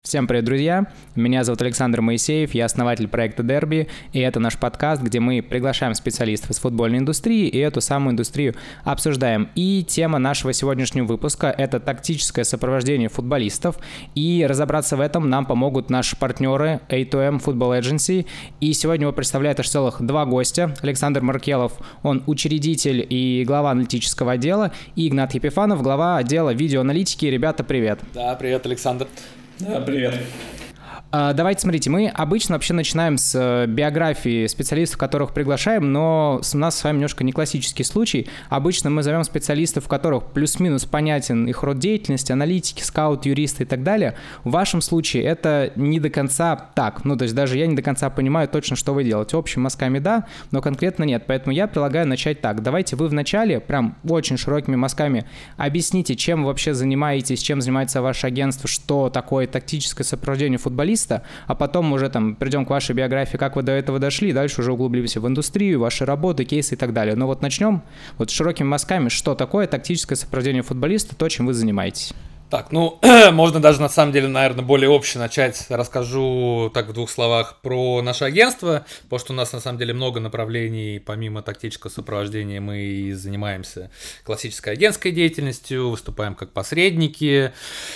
Всем привет, друзья! Меня зовут Александр Моисеев, я основатель проекта Derby, и это наш подкаст, где мы приглашаем специалистов из футбольной индустрии и эту самую индустрию обсуждаем. И тема нашего сегодняшнего выпуска — это тактическое сопровождение футболистов, и разобраться в этом нам помогут наши партнеры A2M Football Agency, и сегодня его представляют аж целых два гостя. Александр Маркелов, он учредитель и глава аналитического отдела, и Игнат Епифанов, глава отдела видеоаналитики. Ребята, привет! Да, привет, Александр. Да, привет. Давайте, смотрите, мы обычно вообще начинаем с биографии специалистов, которых приглашаем, но у нас с вами немножко не классический случай. Обычно мы зовем специалистов, у которых плюс-минус понятен их род деятельности, аналитики, скаут, юристы и так далее. В вашем случае это не до конца так. То есть даже я не до конца понимаю точно, что вы делаете. Общими мазками да, но конкретно нет. Поэтому я предлагаю начать так. Давайте вы вначале прям очень широкими мазками объясните, чем вы вообще занимаетесь, чем занимается ваше агентство, что такое тактическое сопровождение футболиста, а потом уже придем к вашей биографии, как вы до этого дошли, и дальше уже углубимся в индустрию, ваши работы, кейсы и так далее. Но начнем широкими мазками, что такое тактическое сопровождение футболиста, то, чем вы занимаетесь. Так, можно даже на самом деле, наверное, более обще начать. Расскажу так в двух словах про наше агентство, потому что у нас на самом деле много направлений. Помимо тактического сопровождения мы и занимаемся классической агентской деятельностью, выступаем как посредники,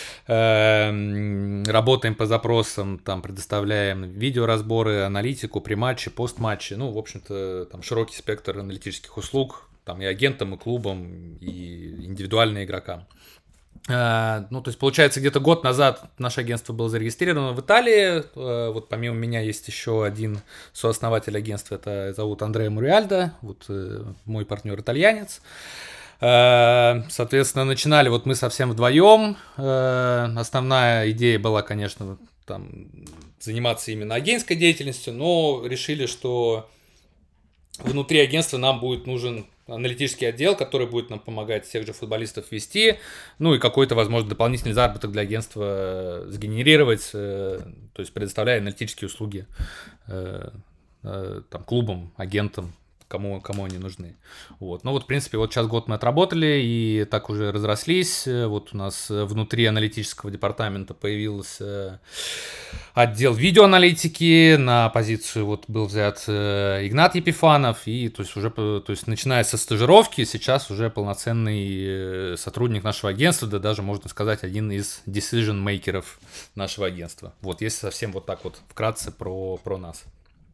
работаем по запросам, предоставляем видеоразборы, аналитику при матче, постматче. В общем-то, широкий спектр аналитических услуг, и агентам, и клубам, и индивидуальным игрокам. То есть, получается, где-то год назад наше агентство было зарегистрировано в Италии. Помимо меня есть еще один сооснователь агентства, это зовут Андреа Муриальдо, мой партнер итальянец. Соответственно, начинали мы совсем вдвоем. Основная идея была, конечно, заниматься именно агентской деятельностью, но решили, что внутри агентства нам будет нужен аналитический отдел, который будет нам помогать тех же футболистов вести, и какой-то, возможно, дополнительный заработок для агентства сгенерировать, то есть предоставляя аналитические услуги клубам, агентам, кому они нужны. В принципе, сейчас год мы отработали и так уже разрослись. У нас внутри аналитического департамента появился отдел видеоаналитики, на позицию был взят Игнат Епифанов, и то есть начиная со стажировки, сейчас уже полноценный сотрудник нашего агентства, да даже, можно сказать, один из decision-мейкеров нашего агентства. Если совсем вкратце про нас.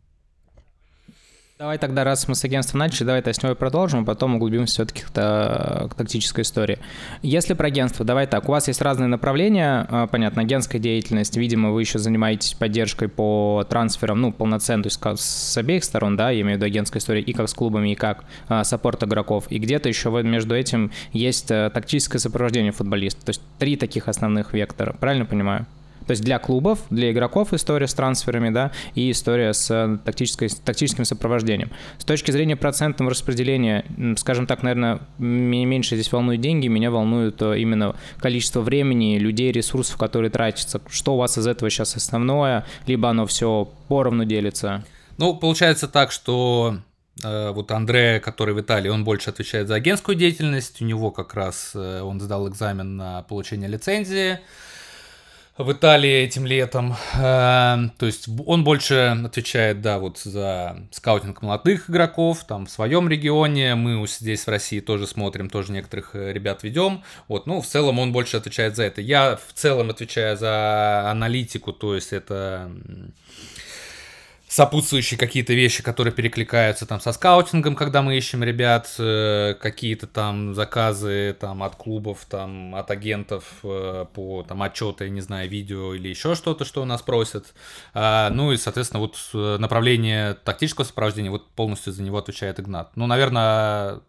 Давай тогда, раз мы с агентством начали, давай с него и продолжим, а потом углубимся все-таки к тактической истории. Если про агентство, давай так, у вас есть разные направления, понятно, агентская деятельность, видимо, вы еще занимаетесь поддержкой по трансферам, полноценно, то есть с обеих сторон, да, я имею в виду агентская история, и как с клубами, и как саппорт игроков, и где-то еще между этим есть тактическое сопровождение футболиста, то есть 3 таких основных вектора, правильно понимаю? То есть для клубов, для игроков история с трансферами, да, и история с тактическим сопровождением. С точки зрения процентного распределения, скажем так, наверное, меньше здесь волнуют деньги, меня волнует именно количество времени, людей, ресурсов, которые тратятся. Что у вас из этого сейчас основное, либо оно все поровну делится? Получается так, что Андре, который в Италии, он больше отвечает за агентскую деятельность, у него как раз он сдал экзамен на получение лицензии в Италии этим летом, то есть он больше отвечает, за скаутинг молодых игроков, в своем регионе, мы здесь в России тоже смотрим, тоже некоторых ребят ведем, в целом он больше отвечает за это. Я в целом отвечаю за аналитику, то есть это сопутствующие какие-то вещи, которые перекликаются со скаутингом, когда мы ищем ребят, какие-то заказы от клубов, от агентов по отчеты, я не знаю, видео или еще что-то, что у нас просят. И, соответственно, направление тактического сопровождения полностью за него отвечает Игнат. Наверное,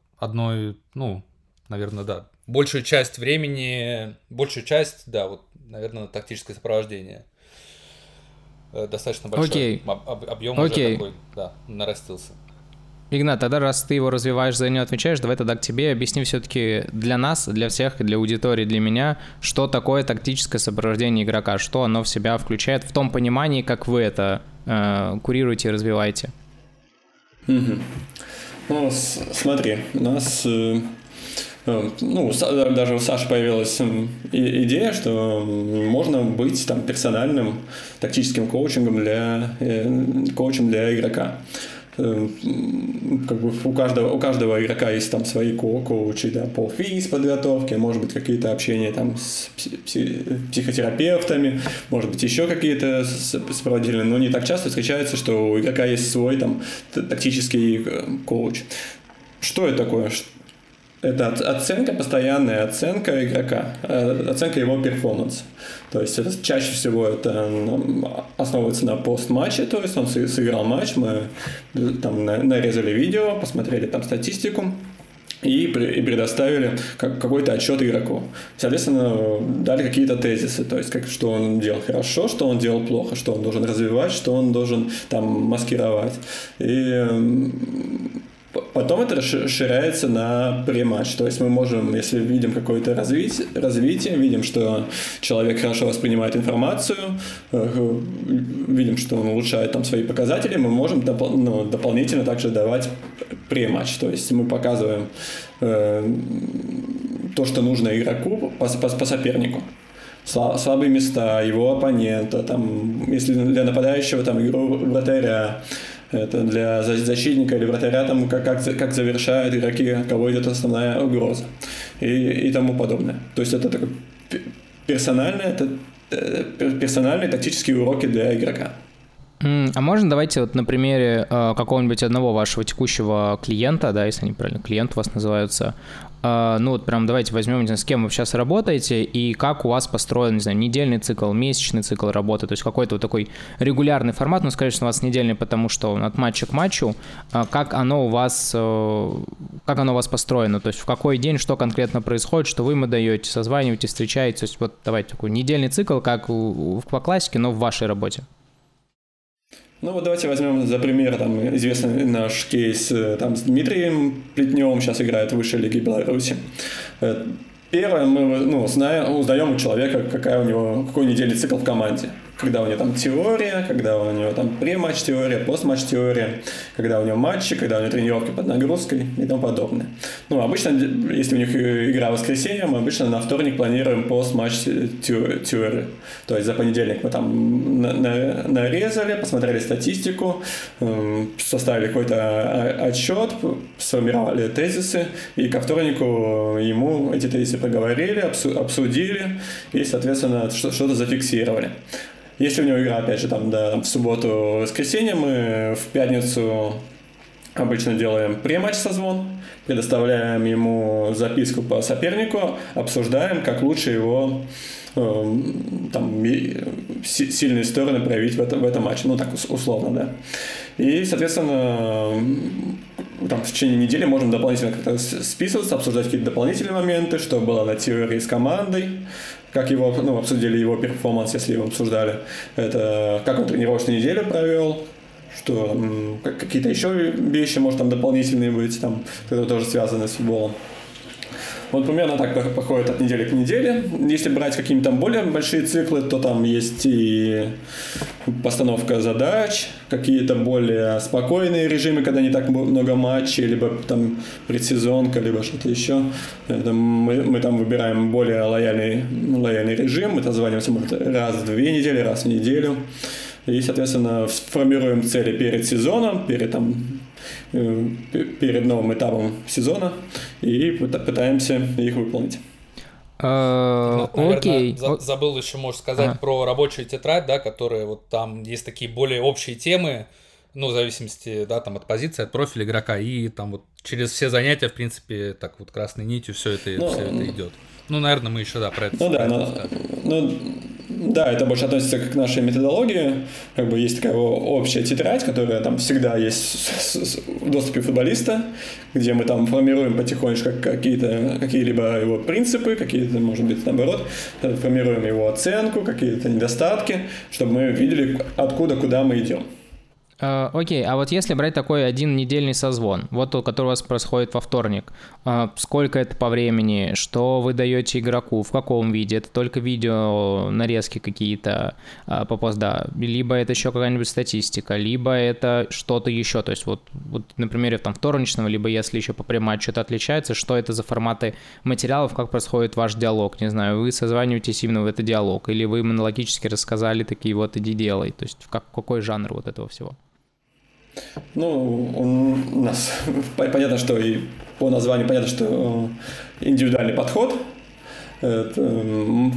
большую часть времени, наверное, тактическое сопровождение. Достаточно большой объем уже такой, нарастился. Игнат, тогда раз ты его развиваешь, за него отвечаешь, давай тогда к тебе объясни все-таки для нас, для всех, для аудитории, для меня, что такое тактическое сопровождение игрока, что оно в себя включает в том понимании, как вы это курируете и развиваете. Смотри, у нас ну, даже у Саши появилась идея, что можно быть там персональным тактическим коучем для игрока. Как бы у каждого игрока есть там свои коучи, да, по физподготовке, может быть, какие-то общения там с психотерапевтами, может быть, еще какие-то сопроводительные, но не так часто встречается, что у игрока есть свой там тактический коуч. Что это такое? Это оценка, постоянная оценка игрока, оценка его перформанса. То есть это чаще всего это основывается на постматче, то есть он сыграл матч, мы там нарезали видео, посмотрели там статистику и предоставили какой-то отчет игроку. Соответственно, дали какие-то тезисы, то есть что он делал хорошо, что он делал плохо, что он должен развивать, что он должен там маскировать. И потом это расширяется на прематч. То есть мы можем, если видим какое-то развитие, видим, что человек хорошо воспринимает информацию, видим, что он улучшает там свои показатели, мы можем дополнительно также давать прематч. То есть мы показываем то, что нужно игроку по сопернику. Слабые места его оппонента, там, если для нападающего там, игру вратаря, это для защитника или вратаря, там, как завершают игроки, от кого идет основная угроза и тому подобное. То есть это такой персональные тактические уроки для игрока. А можно давайте вот на примере какого-нибудь одного вашего текущего клиента, да, если они правильно клиент у вас называются, ну вот прям давайте возьмем, не знаю, с кем вы сейчас работаете и как у вас построен, не знаю, недельный цикл, месячный цикл работы, то есть какой-то вот такой регулярный формат, ну, скорее всего, у вас недельный, потому что от матча к матчу, как оно у вас построено, то есть в какой день что конкретно происходит, что вы ему даете, созваниваетесь, встречаетесь, то есть вот давайте такой недельный цикл, как по классике, но в вашей работе. Ну вот давайте возьмем за пример там, известный наш кейс там, с Дмитрием Плетневым, сейчас играет в высшей лиге Беларуси. Первое, мы узнаем у человека, какой недельный цикл в команде. Когда у него там теория, когда у него там прематч теория, постматч теория, когда у него матчи, когда у него тренировки под нагрузкой и тому подобное. Ну, обычно, если у них игра в воскресенье, мы обычно на вторник планируем постматч теорию. То есть за понедельник мы там нарезали, посмотрели статистику, составили какой-то отчет, сформировали тезисы, и ко вторнику ему эти тезисы проговорили, обсудили и, соответственно, что-то зафиксировали. Если у него игра, опять же, там, в субботу-воскресенье, мы в пятницу обычно делаем прематч созвон, предоставляем ему записку по сопернику, обсуждаем, как лучше его там, сильные стороны проявить в этом матче. Ну, так условно, да. И, соответственно, там, в течение недели можем дополнительно как-то списываться, обсуждать какие-то дополнительные моменты, что было на теории с командой, как его, обсудили его перформанс, если его обсуждали, это как он тренировочную неделю провел, что какие-то еще вещи, может, там дополнительные быть, там, которые тоже связаны с футболом. Вот примерно так проходит от недели к неделе. Если брать какие-нибудь там более большие циклы, то там есть и постановка задач, какие-то более спокойные режимы, когда не так много матчей, либо там предсезонка, либо что-то еще. Это мы там выбираем более лояльный режим, мы созваниваемся, может, раз в 2 недели, раз в неделю. И, соответственно, формируем цели перед сезоном, перед новым этапом сезона и пытаемся их выполнить. Окей. Забыл еще, может, сказать про рабочую тетрадь, да, которые вот там есть такие более общие темы, ну, в зависимости, да, там от позиции, от профиля игрока, и там вот через все занятия, в принципе, так вот красной нитью все это идет. Ну, наверное, мы еще, да, про это скажем. Да, это больше относится к нашей методологии. Как бы есть такая общая тетрадь, которая там всегда есть в доступе футболиста, где мы там формируем потихонечку какие-либо его принципы, какие-то, может быть, наоборот, формируем его оценку, какие-то недостатки, чтобы мы видели, откуда, куда мы идем. Окей, а вот если брать такой один недельный созвон, вот тот, который у вас происходит во вторник, сколько это по времени, что вы даете игроку, в каком виде, это только видео, нарезки какие-то по постда, либо это еще какая-нибудь статистика, либо это что-то еще, то есть вот на примере там вторничного, либо если еще по прем-матчу это отличается, что это за форматы материалов, как происходит ваш диалог, не знаю, вы созваниваетесь именно в этот диалог, или вы монологически рассказали такие вот иди делай, то есть какой жанр вот этого всего? Ну, у нас понятно, что и по названию понятно, что индивидуальный подход в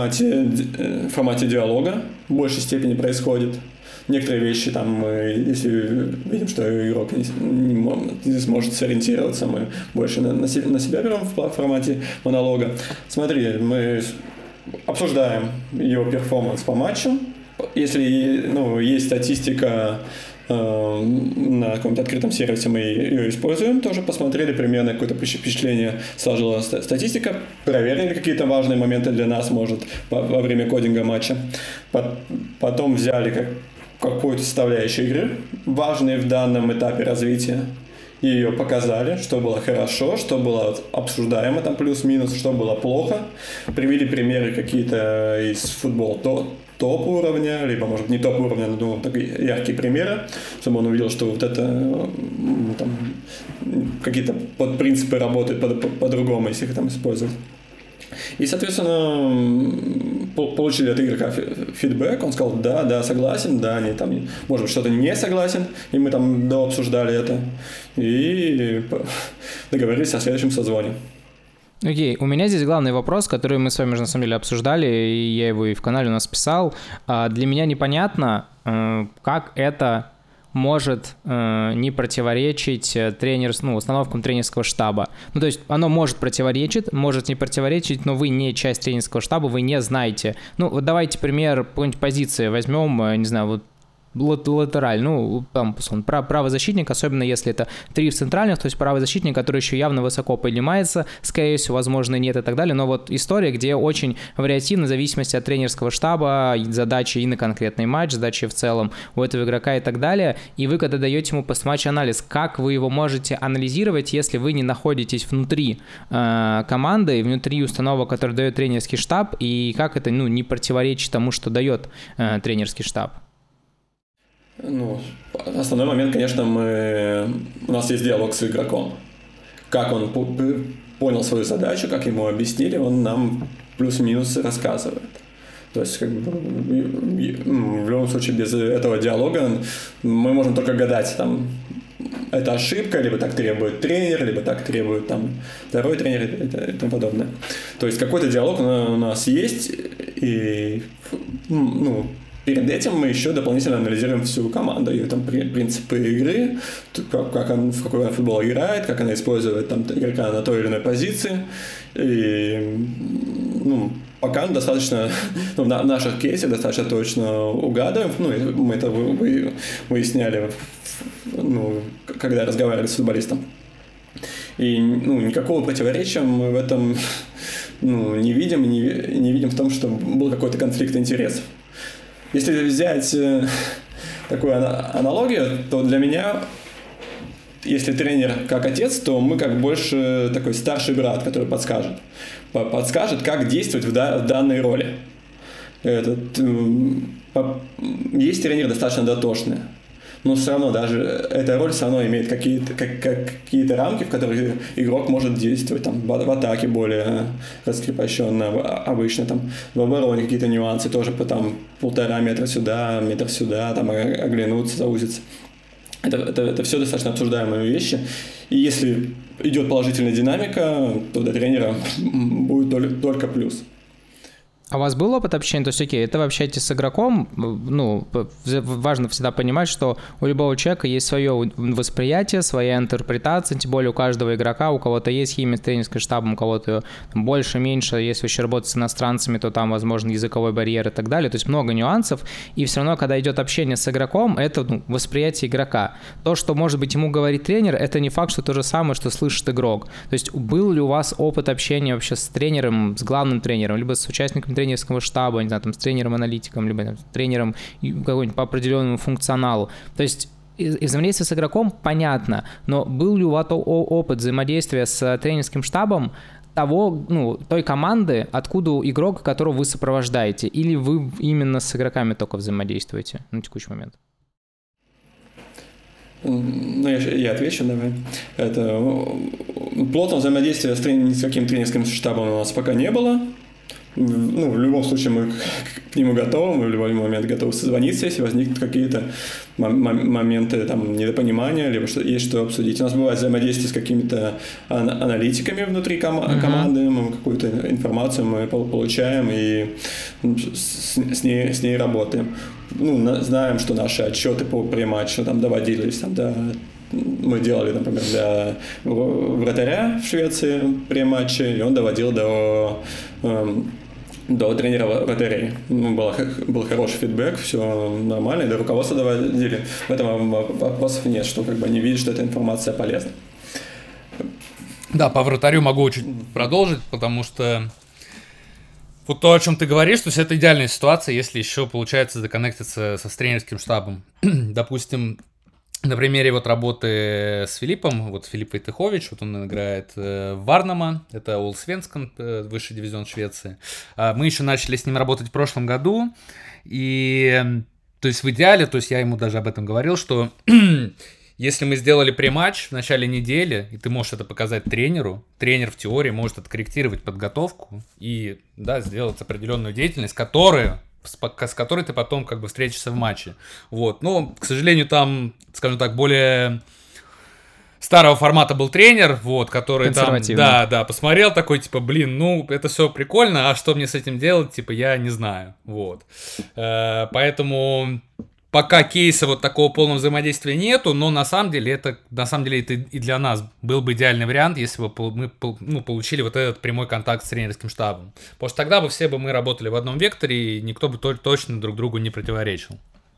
формате диалога в большей степени происходит. Некоторые вещи там, если видим, что игрок не сможет сориентироваться, мы больше на себя берем в формате монолога. Смотри, мы обсуждаем его перформанс по матчу. Если есть статистика на каком-то открытом сервисе, мы ее используем, тоже посмотрели примерно какое-то впечатление, сложила статистика, проверили какие-то важные моменты для нас, может, во время кодинга матча. Потом взяли какую-то составляющую игры, важные в данном этапе развития, и ее показали, что было хорошо, что было обсуждаемо, там плюс-минус, что было плохо. Привели примеры какие-то из футбола топ-уровня, либо, может, не топ-уровня, но такие яркие примеры, чтобы он увидел, что вот это там, какие-то подпринципы работают по-другому, если их там использовать. И, соответственно, получили от игрока фидбэк, он сказал, да, согласен, да, они там, может быть, что-то не согласен, и мы там дообсуждали это, и договорились о следующем созвоне. Окей, у меня здесь главный вопрос, который мы с вами уже на самом деле обсуждали, и я его и в канале у нас писал. Для меня непонятно, как это может не противоречить установкам тренерского штаба. Ну, то есть оно может противоречить, может не противоречить, но вы не часть тренерского штаба, вы не знаете. Ну, вот давайте пример какой-нибудь позиции возьмем, не знаю, вот латераль, там, правый защитник, особенно если это 3 в центральных, то есть правый защитник, который еще явно высоко поднимается, скорее всего, возможно, нет и так далее, но вот история, где очень вариативно, в зависимости от тренерского штаба, задачи и на конкретный матч, задачи в целом у этого игрока и так далее, и вы, когда даете ему пост-матч анализ, как вы его можете анализировать, если вы не находитесь внутри команды, внутри установок, которые дает тренерский штаб, и как это, не противоречит тому, что дает тренерский штаб? Основной момент, конечно, у нас есть диалог с игроком. Как он понял свою задачу, как ему объяснили, он нам плюс-минус рассказывает. То есть, в любом случае, без этого диалога мы можем только гадать, там, это ошибка, либо так требует тренер, либо так требует там второй тренер и тому подобное. То есть, какой-то диалог у нас есть, и, перед этим мы еще дополнительно анализируем всю команду, ее там принципы игры, в какой он футбол играет, как она использует там игрока на той или иной позиции. И пока достаточно, в наших кейсах достаточно точно угадываем. Мы это выясняли, когда разговаривали с футболистом. И никакого противоречия мы в этом не видим, не видим в том, что был какой-то конфликт интересов. Если взять такую аналогию, то для меня, если тренер как отец, то мы как больше такой старший брат, который подскажет, как действовать в данной роли. Есть тренеры достаточно дотошные, но все равно даже эта роль все равно имеет какие-то рамки, в которых игрок может действовать там, в атаке более раскрепощенно, обычно там, в обороне какие-то нюансы, тоже по там 1,5 метра сюда, метр сюда, там, оглянуться, заузиться. Это все достаточно обсуждаемые вещи. И если идет положительная динамика, то для тренера будет только плюс. А у вас был опыт общения? То есть, окей, это вы общаетесь с игроком, важно всегда понимать, что у любого человека есть свое восприятие, своя интерпретация, тем более у каждого игрока, у кого-то есть химия с тренерским штабом, у кого-то больше, меньше, если еще работать с иностранцами, то там, возможно, языковой барьер и так далее, то есть много нюансов, и все равно, когда идет общение с игроком, это восприятие игрока. То, что, может быть, ему говорит тренер, это не факт, что то же самое, что слышит игрок. То есть, был ли у вас опыт общения вообще с тренером, с главным тренером, либо с участниками тренерского штаба, не знаю, там, с тренером-аналитиком, либо там, с тренером какой-нибудь по определенному функционалу. То есть и взаимодействие с игроком понятно, но был ли у вас опыт взаимодействия с тренерским штабом той команды, откуда игрок, которого вы сопровождаете, или вы именно с игроками только взаимодействуете на текущий момент? Ну, я отвечу, давай. Плотного взаимодействия с каким тренерским штабом у нас пока не было. В любом случае мы к нему готовы, мы в любой момент готовы созвониться, если возникнут какие-то моменты там, недопонимания, либо есть что обсудить. У нас бывает взаимодействие с какими-то аналитиками внутри команды, мы какую-то информацию мы получаем и с ней работаем. Знаем, что наши отчеты по прематчу там доводились мы делали, например, для вратаря в Швеции прематчи, и он доводил до тренера вратарей. Был хороший фидбэк, все нормально, и до руководства доводили. В этом вопросов нет, что они видят, что эта информация полезна. Да, по вратарю могу чуть продолжить, потому что вот то, о чем ты говоришь, то есть это идеальная ситуация, если еще получается законнектиться с тренерским штабом. Допустим, на примере вот работы с Филиппом, вот Филипп Войтыхович, вот он играет в Варнамо, это Allsvenskan, высший дивизион Швеции. Мы еще начали с ним работать в прошлом году, и то есть в идеале, то есть я ему даже об этом говорил, что если мы сделали прематч в начале недели, и ты можешь это показать тренеру, тренер в теории может откорректировать подготовку и, да, сделать определенную деятельность, с которой ты потом встретишься в матче. Вот. Но, к сожалению, там, скажем так, более старого формата был тренер, вот, который там, да, посмотрел такой, это все прикольно, а что мне с этим делать, я не знаю. Вот. Поэтому пока кейса вот такого полного взаимодействия нету, но на самом деле это и для нас был бы идеальный вариант, если бы мы получили вот этот прямой контакт с тренерским штабом. Потому что тогда бы все мы работали в одном векторе, и никто бы точно друг другу не противоречил.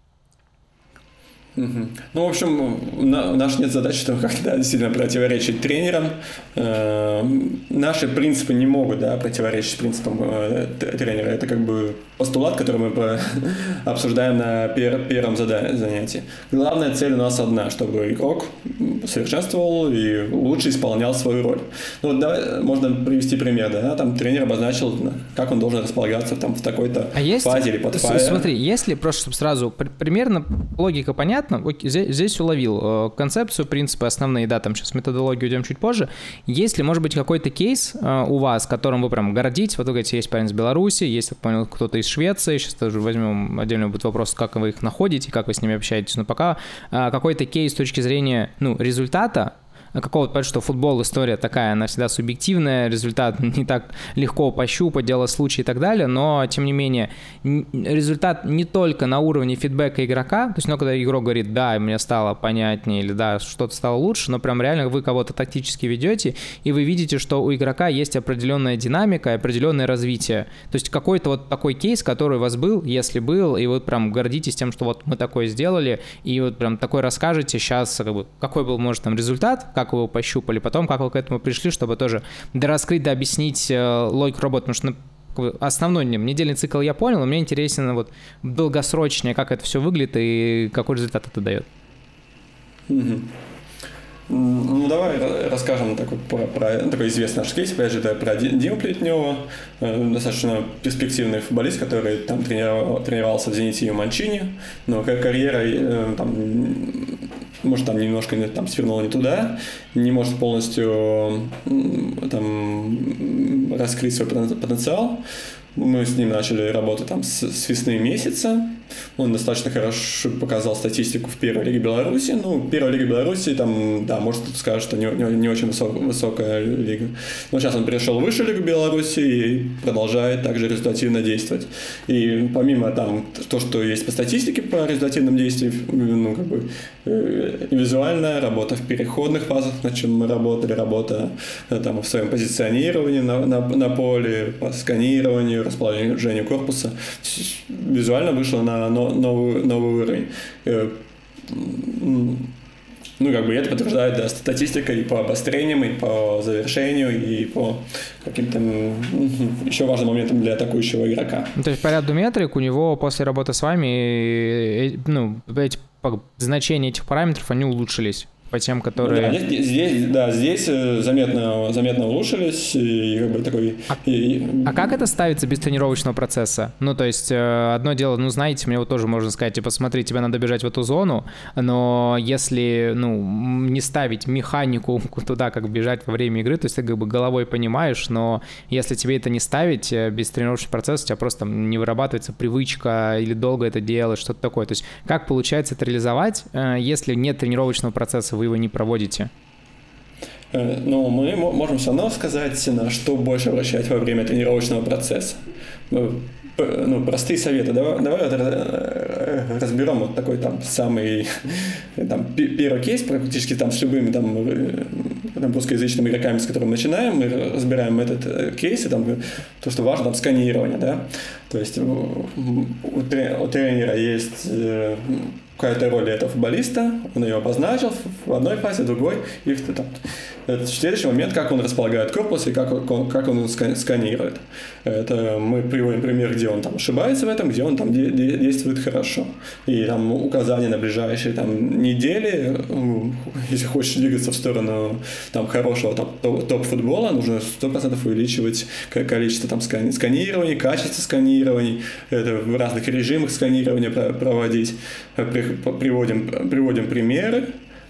Угу. В общем, у нас нет задачи как-то действительно противоречить тренерам. Наши принципы не могут противоречить принципам тренера. Это постулат, который мы обсуждаем на первом занятии. Главная цель у нас одна, чтобы игрок совершенствовал и лучше исполнял свою роль. Давай, можно привести пример. Там тренер обозначил, как он должен располагаться в такой-то фазе или подфазе. Смотри, если просто чтобы сразу примерно логика понятна, здесь уловил концепцию, принципы основные, там сейчас методологию уйдем чуть позже. Есть ли, может быть, какой-то кейс у вас, которым вы прям гордитесь? Вот вы говорите, есть парень из Беларуси, есть, я понял, кто-то из Швеции, сейчас тоже возьмем, отдельно будет вопрос, как вы их находите, как вы с ними общаетесь, но пока какой-то кейс с точки зрения, результата, какого-то, понятно, что футбол, история такая, она всегда субъективная, результат не так легко пощупать, дело случая и так далее, но, тем не менее, результат не только на уровне фидбэка игрока, то есть, когда игрок говорит, да, мне стало понятнее, или да, что-то стало лучше, но прям реально вы кого-то тактически ведете, и вы видите, что у игрока есть определенная динамика, определенное развитие. То есть, какой-то вот такой кейс, который у вас был, если был, и вы прям гордитесь тем, что вот мы такое сделали, и вот прям такой расскажете сейчас, какой был, может, результат, как вы его пощупали, потом как вы к этому пришли, чтобы тоже дораскрыть, дообъяснить логику работы, потому что основной недельный цикл я понял, но мне интересно долгосрочнее, как это все выглядит и какой результат это дает. Давай расскажем про такой известный наш кейс, опять же, это про Диму Плетнева, достаточно перспективный футболист, который там тренировался в «Зените» и в «Манчине», но карьера может немножко свернула не туда, не может полностью раскрыть свой потенциал. Мы с ним начали работать с весны месяца. Он достаточно хорошо показал статистику в первой лиге Беларуси. Первая лига Беларуси, может кто-то скажет, что не очень высокая лига. Но сейчас он перешел в высшую лигу Беларуси и продолжает также результативно действовать. И помимо то, что есть по статистике по результативным действиям, визуальная работа в переходных фазах, над чем мы работа в своем позиционировании на поле, по сканированию, расположению корпуса, визуально вышло на новый уровень. Ну, как бы это подтверждает, да, статистика и по обострениям, и по завершению, и по каким-то еще важным моментам для атакующего игрока. То есть по ряду метрик у него после работы с вами, ну, эти значения этих параметров, они улучшились по тем, которые... Здесь заметно улучшились, и как бы такой... А как это ставится без тренировочного процесса? Ну, то есть, одно дело, ну, знаете, мне вот тоже можно сказать, типа, смотри, тебе надо бежать в эту зону, но если, ну, не ставить механику туда, как бежать во время игры, то есть ты как бы головой понимаешь, но если тебе это не ставить без тренировочного процесса, у тебя просто не вырабатывается привычка или долго это делать, что-то такое. То есть, как получается это реализовать, если нет тренировочного процесса, вы его не проводите? Ну, мы можем все равно сказать, на что больше обращать во время тренировочного процесса. Ну, простые советы. Давай разберем вот такой там самый там, первый кейс, практически там с любыми там русскоязычными игроками, с которыми начинаем, мы разбираем этот кейс, и там то, что важно, там сканирование, да. То есть у тренера есть какая-то роль этого футболиста, он ее обозначил в одной фазе, в другой, и в следующий момент, как он располагает корпус и как он сканирует. Это мы приводим пример, где он там ошибается в этом, где он там действует хорошо. И там указания на ближайшие там недели, если хочешь двигаться в сторону там хорошего топ-футбола, нужно 100% увеличивать количество там сканирований, качество сканирований, это в разных режимах сканирования проводить. Приводим примеры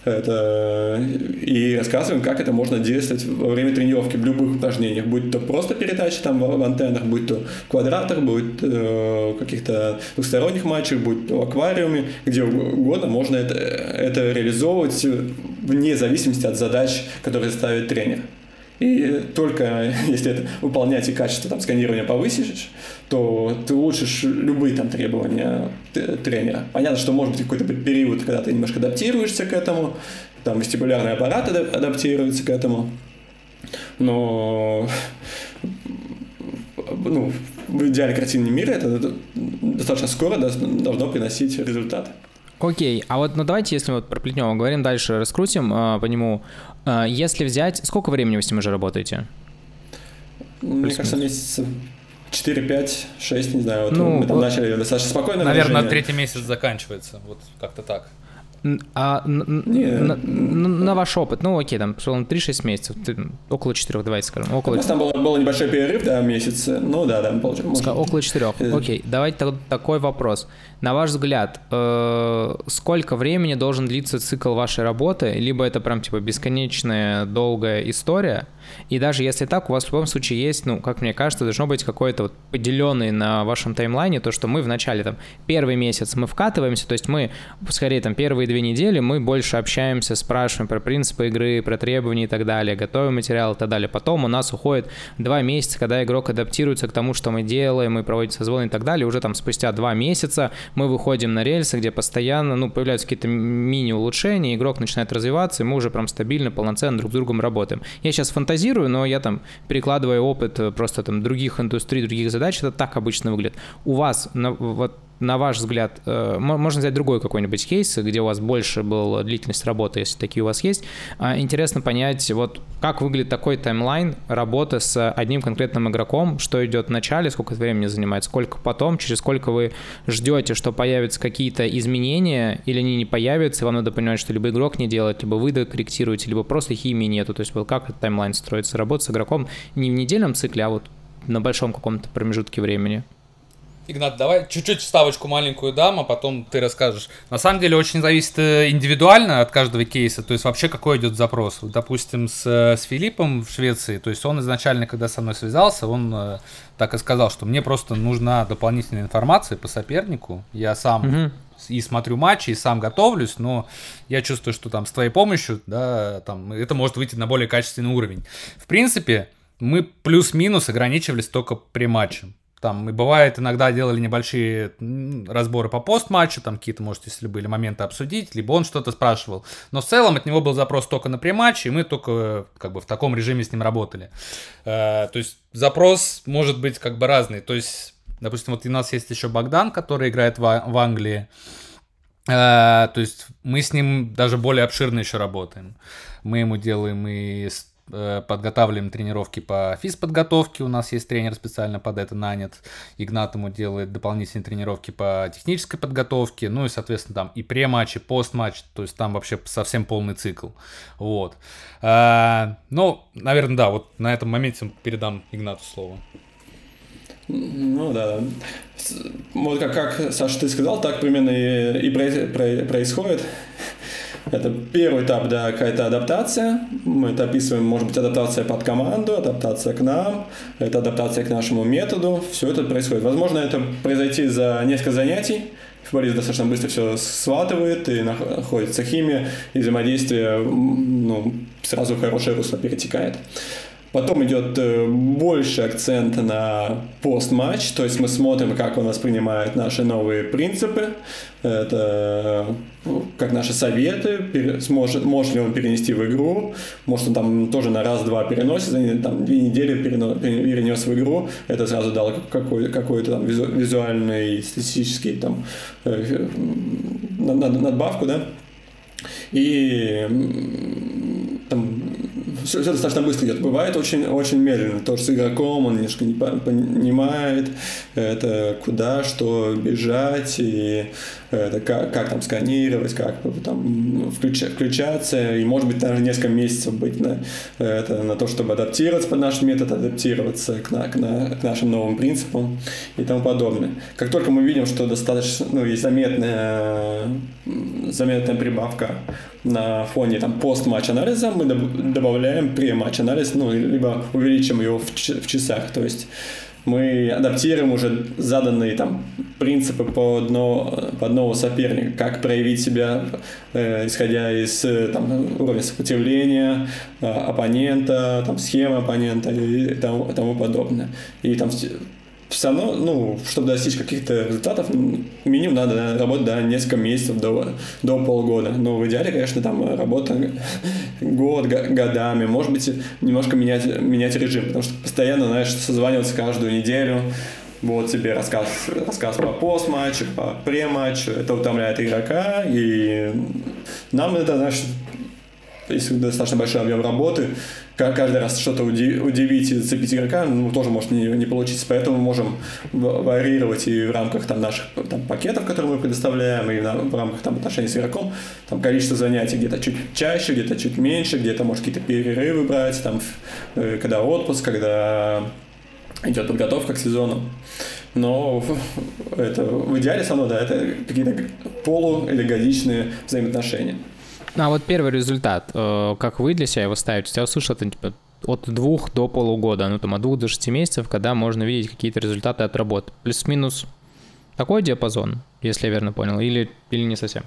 и рассказываем, как это можно действовать во время тренировки в любых упражнениях, будь то просто передача там в антеннах, будь то в квадратах, будь то в каких-то двухсторонних матчах, будь то в аквариуме, где угодно можно это реализовывать вне зависимости от задач, которые ставит тренер. И только если это выполнять и качество там, сканирования повысишь, то ты улучшишь любые там требования тренера. Понятно, что может быть какой-то период, когда ты немножко адаптируешься к этому, там вестибулярный аппарат адаптируется к этому, но в идеальной картине мира это достаточно скоро должно приносить результат. Окей, а вот давайте, если вот про Плетнева говорим дальше, раскрутим по нему. Если взять... Сколько времени вы с ним уже работаете? Мне кажется, месяцев 4, 5, 6, не знаю. Вот мы там начали достаточно спокойно. Наверное, третий месяц заканчивается, вот как-то так. На ваш опыт, ну окей, там 3-6 месяцев, около 4, давайте скажем. У нас там был небольшой перерыв, да, месяц, ну да, получается. Около 4, окей. Давайте такой вопрос. На ваш взгляд, сколько времени должен длиться цикл вашей работы, либо это прям типа бесконечная долгая история, и даже если так, у вас в любом случае есть, ну, как мне кажется, должно быть какой-то вот поделенный на вашем таймлайне, то, что мы вначале там первый месяц мы вкатываемся, то есть мы, скорее там первые 2 недели мы больше общаемся, спрашиваем про принципы игры, про требования и так далее, готовим материал и так далее. Потом у нас уходит 2 месяца, когда игрок адаптируется к тому, что мы делаем, мы проводим созвоны и так далее. Уже там спустя 2 месяца мы выходим на рельсы, где постоянно, ну, появляются какие-то мини-улучшения, игрок начинает развиваться, и мы уже прям стабильно, полноценно друг с другом работаем. Я сейчас фантазирую, но я там перекладываю опыт просто там других индустрий, других задач, это так обычно выглядит. У вас, вот на ваш взгляд, можно взять другой какой-нибудь кейс, где у вас больше была длительность работы, если такие у вас есть. Интересно понять, вот как выглядит такой таймлайн работы с одним конкретным игроком, что идет в начале, сколько это времени занимает, сколько потом, через сколько вы ждете, что появятся какие-то изменения, или они не появятся, и вам надо понимать, что либо игрок не делает, либо вы докорректируете, либо просто химии нету. То есть вот как этот таймлайн строится, работа с игроком не в недельном цикле, а вот на большом каком-то промежутке времени. Игнат, давай чуть-чуть вставочку маленькую дам, а потом ты расскажешь. На самом деле очень зависит индивидуально от каждого кейса, то есть вообще какой идет запрос. Вот, допустим, с Филиппом в Швеции, то есть он изначально, когда со мной связался, он так и сказал, что мне просто нужна дополнительная информация по сопернику. Я сам и смотрю матчи, и сам готовлюсь, но я чувствую, что там с твоей помощью, да, там это может выйти на более качественный уровень. В принципе, мы плюс-минус ограничивались только при матче. Там, и бывает, иногда делали небольшие разборы по постматчу, там какие-то, может, если были моменты обсудить, либо он что-то спрашивал. Но в целом от него был запрос только на прематч, и мы только как бы в таком режиме с ним работали. То есть запрос может быть как бы разный. То есть, допустим, вот у нас есть еще Богдан, который играет в Англии. То есть мы с ним даже более обширно еще работаем. Мы ему делаем и подготавливаем тренировки по физподготовке. У нас есть тренер специально под это нанят. Игнат ему делает дополнительные тренировки по технической подготовке. Ну и, соответственно, там и пре-матч, и пост-матч. То есть там вообще совсем полный цикл. Вот. Ну, наверное, да, вот на этом моменте передам Игнату слово. Ну да. Вот как Саша, ты сказал, так примерно и происходит. Это первый этап, да, какая-то адаптация. Мы это описываем, может быть, адаптация под команду, адаптация к нам, это адаптация к нашему методу. Все это происходит. Возможно, это произойти за несколько занятий. Футболист достаточно быстро все схватывает, и находится химия, и взаимодействие сразу в хорошее русло перетекает. Потом идет больше акцент на пост-матч, то есть мы смотрим, как он воспринимает наши новые принципы, это как наши советы, может ли он перенести в игру, может он там тоже на раз-два переносит, там 2 недели перенес в игру, это сразу дало какой-то там визуальный, статистический там надбавку, да, и там все достаточно быстро идет. Бывает очень, очень медленно. Тоже с игроком он немножко не понимает, это куда, что бежать, и это как там сканировать, как там включаться, и может быть даже несколько месяцев быть на то, чтобы адаптироваться под наш метод, адаптироваться к нашим новым принципам и тому подобное. Как только мы видим, что достаточно, есть заметная прибавка на фоне там пост-матч анализа, мы добавляем пре-матч анализ, либо увеличим его в часах, то есть мы адаптируем уже заданные там принципы под нового соперника, как проявить себя, исходя из уровня сопротивления оппонента, там, схемы оппонента и тому подобное. И там все равно, чтобы достичь каких-то результатов, минимум надо работать несколько месяцев до полгода. Но в идеале, конечно, там работа год, годами. Может быть, немножко менять режим, потому что постоянно, созваниваться каждую неделю. Вот тебе рассказ по пост-матчу, по пре-матчу. Это утомляет игрока, и нам это, если достаточно большой объем работы, каждый раз что-то удивить и зацепить игрока, тоже может не получиться. Поэтому мы можем варьировать и в рамках наших пакетов, которые мы предоставляем, и в рамках отношений с игроком, количество занятий где-то чуть чаще, где-то чуть меньше, где-то, может, какие-то перерывы брать, когда отпуск, когда идет подготовка к сезону. Но это в идеале все равно, это какие-то или годичные взаимоотношения. А вот первый результат, как вы для себя его ставите? Я услышал, это от 2 до полугода, от 2 до 6 месяцев, когда можно видеть какие-то результаты от работы. Плюс-минус такой диапазон, если я верно понял, или не совсем?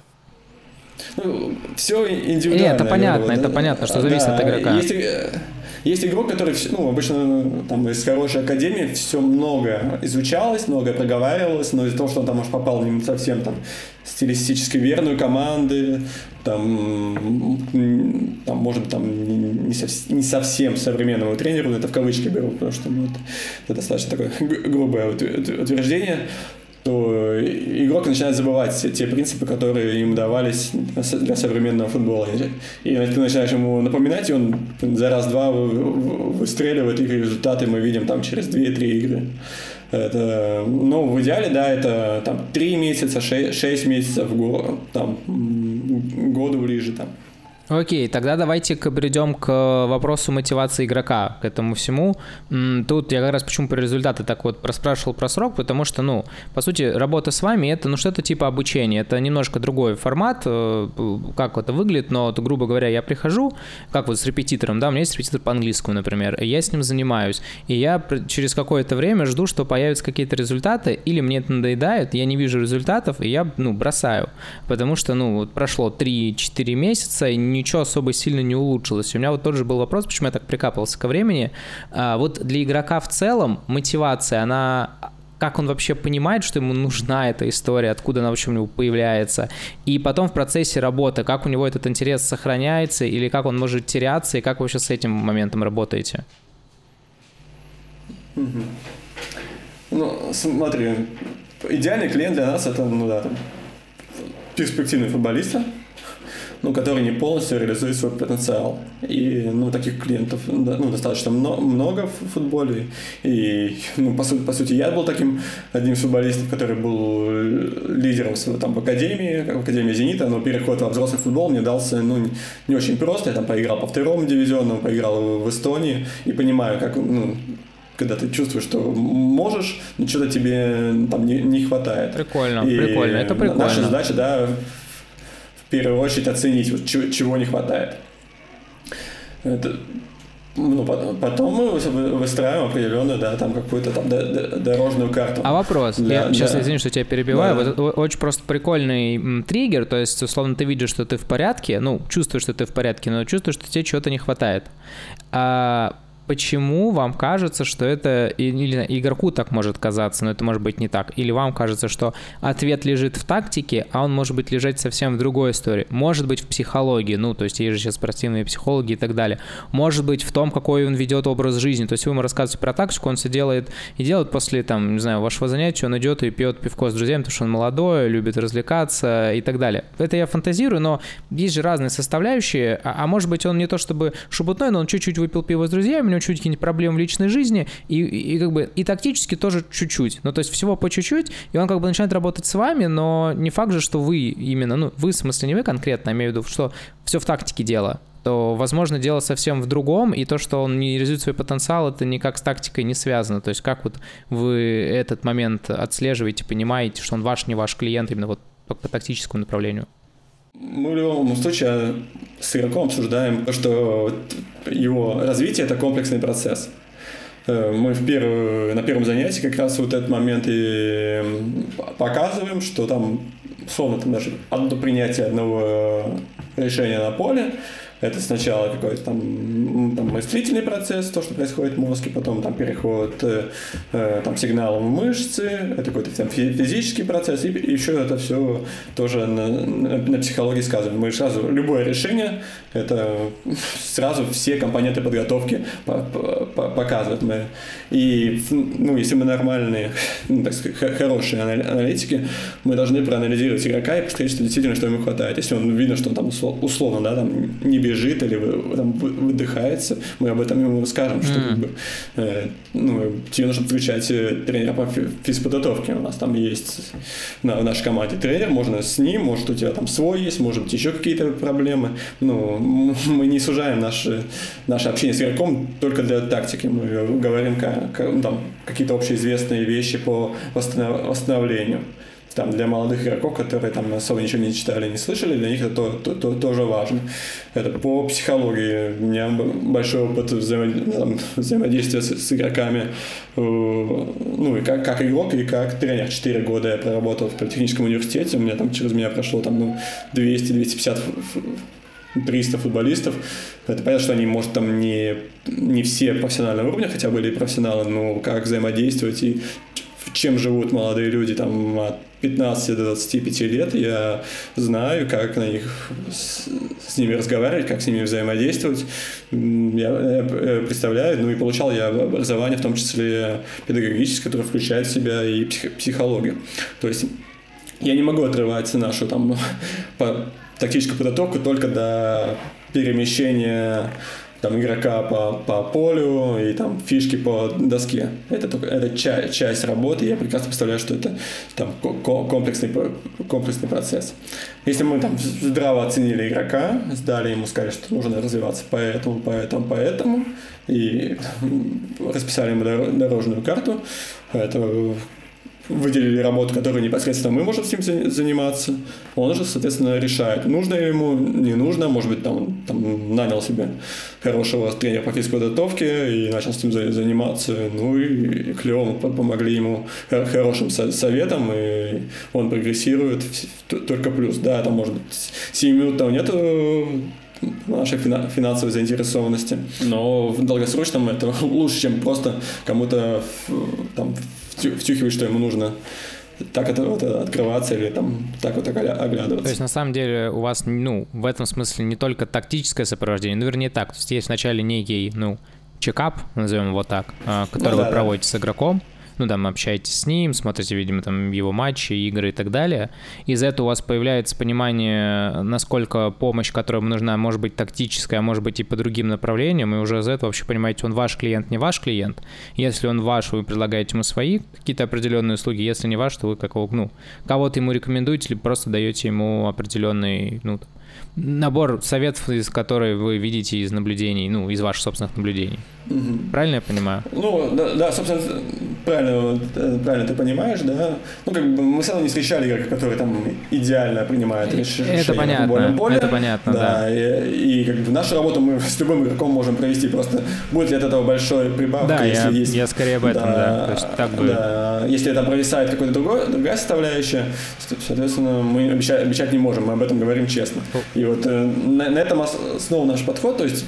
Все индивидуально. Это понятно, что зависит от игрока. Есть игрок, который, обычно из хорошей академии все много изучалось, много проговаривалось, но из-за того, что он может попал не совсем стилистически верную команду, может не совсем современному тренеру, это в кавычки беру, потому что это достаточно такое грубое утверждение, то игрок начинает забывать те принципы, которые им давались для современного футбола. И ты начинаешь ему напоминать, и он за раз-два выстреливает, и результаты мы видим через 2-3 игры. Это, в идеале, это 3 месяца, 6 месяцев, году ближе. Окей, тогда давайте перейдем к вопросу мотивации игрока к этому всему. Тут я как раз почему про результаты так проспрашивал про срок, потому что, по сути, работа с вами — это, что-то типа обучения, это немножко другой формат, как это выглядит, но, грубо говоря, я прихожу, как с репетитором, у меня есть репетитор по английскому, например, и я с ним занимаюсь, и я через какое-то время жду, что появятся какие-то результаты, или мне это надоедает, я не вижу результатов, и я, бросаю, потому что, прошло 3-4 месяца, и ничего особо сильно не улучшилось. У меня тот же был вопрос, почему я так прикапывался ко времени. Для игрока в целом мотивация, она... Как он вообще понимает, что ему нужна эта история, откуда она вообще у него появляется. И потом в процессе работы, как у него этот интерес сохраняется, или как он может теряться, и как вы вообще с этим моментом работаете? Смотри, идеальный клиент для нас — это, перспективные футболисты, которые не полностью реализуют свой потенциал. И таких клиентов достаточно много в футболе. И по сути, я был таким одним из футболистов, который был лидером в Академии «Зенита», но переход во взрослый футбол мне дался не очень просто. Я поиграл по 2-му дивизиону, поиграл в Эстонии и понимаю, как когда ты чувствуешь, что можешь, но что-то тебе не хватает. Прикольно, это прикольно. Наша задача, в первую очередь оценить, чего не хватает. Потом мы выстраиваем определенную, какую-то дорожную карту. А вопрос, сейчас извини, что тебя перебиваю, вот очень просто прикольный триггер, то есть, условно, ты видишь, что ты в порядке, чувствуешь, что ты в порядке, но чувствуешь, что тебе чего-то не хватает. Почему вам кажется, что это, или игроку так может казаться, но это может быть не так, или вам кажется, что ответ лежит в тактике, а он может быть лежать совсем в другой истории, может быть в психологии, то есть есть же сейчас спортивные психологи и так далее, может быть в том, какой он ведет образ жизни, то есть вы ему рассказываете про тактику, он все делает после, вашего занятия, он идет и пьет пивко с друзьями, потому что он молодой, любит развлекаться и так далее. Это я фантазирую, но есть же разные составляющие, а может быть он не то чтобы шебутной, но он чуть-чуть выпил пиво с друзьями, чуть какие-нибудь проблемы в личной жизни, и тактически тоже чуть-чуть. То есть всего по чуть-чуть, и он начинает работать с вами, но не факт же, что вы именно, вы, в смысле, не вы конкретно, имею в виду, что все в тактике дело, то, возможно, дело совсем в другом, и то, что он не реализует свой потенциал, это никак с тактикой не связано. То есть как вы этот момент отслеживаете, понимаете, что он ваш, не ваш клиент, именно по тактическому направлению? Мы в любом случае с игроком обсуждаем то, что его развитие – это комплексный процесс. Мы на первом занятии как раз этот момент и показываем, что условно, даже до принятия одного решения на поле, это сначала какой-то мыслительный процесс, то, что происходит в мозге, потом переход сигналов в мышцы, это какой-то физический процесс, и еще это все тоже на психологии сказано. Мы сразу, любое решение, это сразу все компоненты подготовки показывают. И если мы нормальные, так сказать, хорошие аналитики, мы должны проанализировать игрока и посмотреть, что действительно, что ему хватает. Если он видно, что он условно, не бежит или выдыхается, мы об этом ему скажем, что тебе нужно включать тренера по физподготовке. У нас есть в нашей команде тренер, можно с ним, может у тебя свой есть, может быть еще какие-то проблемы. Мы не сужаем наше общение с игроком только для тактики. Мы говорим какие-то общеизвестные вещи по восстановлению. Для молодых игроков, которые особо ничего не читали, не слышали, для них это тоже важно. Это по психологии. У меня большой опыт взаимодействия с игроками, и как игрок, и как тренер. 4 года я проработал в политехническом университете, у меня через меня прошло 200, 250, 300 футболистов. Это понятно, что они, может, не все профессионального уровня, хотя были и профессионалы, но как взаимодействовать и чем живут молодые люди от 15 до 25 лет, я знаю, как с ними разговаривать, как с ними взаимодействовать. Я представляю, и получал я образование, в том числе педагогическое, которое включает в себя и психологию. То есть я не могу отрывать нашу тактическую подготовку только до перемещения игрока по полю и фишки по доске. Это часть работы, я прекрасно представляю, что это комплексный процесс. Если мы здраво оценили игрока, сдали ему, сказали, что нужно развиваться поэтому, и расписали ему дорожную карту, это выделили работу, которую непосредственно мы можем с ним заниматься, он уже, соответственно, решает, нужно ему, не нужно, может быть, нанял себе хорошего тренера по физподготовке и начал с ним заниматься, и клево, мы помогли ему хорошим советом, и он прогрессирует, только плюс. Да, может быть, 7 минут нету нашей финансовой заинтересованности, но в долгосрочном это лучше, чем просто кому-то втюхивать, что ему нужно так это открываться или так оглядываться. То есть, на самом деле, у вас, в этом смысле не только тактическое сопровождение, вернее так, то есть есть вначале некий, чекап, назовем его так, который вы проводите с игроком, ну, там, общаетесь с ним, смотрите, видимо, там, его матчи, игры и так далее. Из-за этого у вас появляется понимание, насколько помощь, которая ему нужна, может быть тактическая, а может быть и по другим направлениям, и уже из-за этого вообще понимаете, он ваш клиент, не ваш клиент. Если он ваш, вы предлагаете ему свои какие-то определенные услуги, если не ваш, то вы кого-то ему рекомендуете или просто даете ему определенный, набор советов, из которых вы видите из наблюдений, из ваших собственных наблюдений. Угу. Правильно я понимаю? Да, собственно, правильно ты понимаешь, да. Мы все равно не встречали игрока, который там идеально принимает решение на футбольном поле. Это понятно, да. И нашу работу мы с любым игроком можем провести, просто будет ли от этого большой прибавка, да, если есть... я скорее об этом, да. То есть так будет. Да, если там провисает какая-то другая составляющая, соответственно, мы обещать не можем, мы об этом говорим честно. И вот на этом основан наш подход, то есть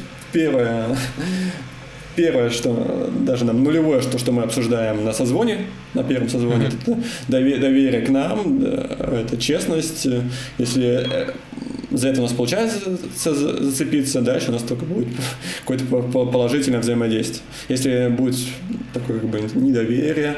Первое, что даже нам нулевое, что мы обсуждаем на созвоне, на первом созвоне, это доверие к нам, это честность. Если за это у нас получается зацепиться, дальше у нас только будет какое-то положительное взаимодействие. Если будет такое недоверие,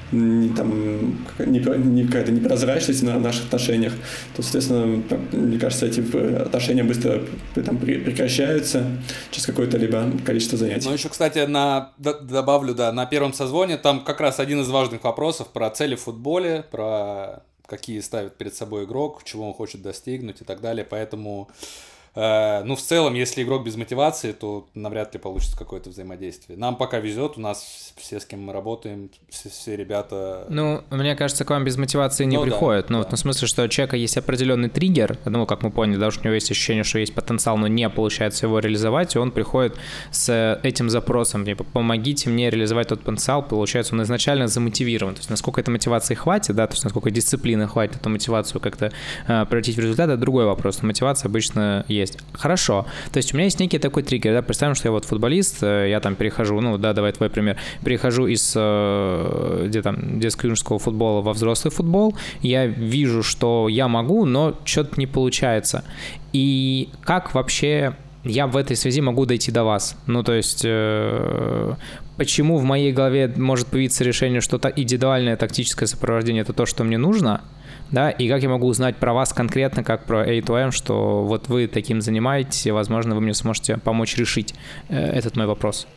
какая-то непрозрачность на наших отношениях, то, соответственно, мне кажется, эти отношения быстро прекращаются через какое-то либо количество занятий. Ну, еще, кстати, добавлю, на первом созвоне там как раз один из важных вопросов про цели в футболе, про какие ставит перед собой игрок, чего он хочет достигнуть и так далее, поэтому... в целом, если игрок без мотивации, то навряд ли получится какое-то взаимодействие. Нам пока везет, у нас все, с кем мы работаем, все ребята... Мне кажется, к вам без мотивации не приходит. Да. В том смысле, что у человека есть определенный триггер, как мы поняли, да, что у него есть ощущение, что есть потенциал, но не получается его реализовать, и он приходит с этим запросом, типа, помогите мне реализовать тот потенциал, получается, он изначально замотивирован. То есть, насколько этой мотивации хватит, да, то есть, насколько дисциплины хватит эту мотивацию как-то превратить в результат, это другой вопрос. Но мотивация обычно есть. Хорошо. То есть у меня есть некий такой триггер, да, представим, что я футболист, я там перехожу, давай твой пример, перехожу из детско-юношеского футбола во взрослый футбол, я вижу, что я могу, но что-то не получается. И как вообще я в этой связи могу дойти до вас? То есть почему в моей голове может появиться решение, что индивидуальное тактическое сопровождение — это то, что мне нужно, да, и как я могу узнать про вас конкретно, как про A2M, что вот вы таким занимаетесь, и, возможно, вы мне сможете помочь решить этот мой вопрос.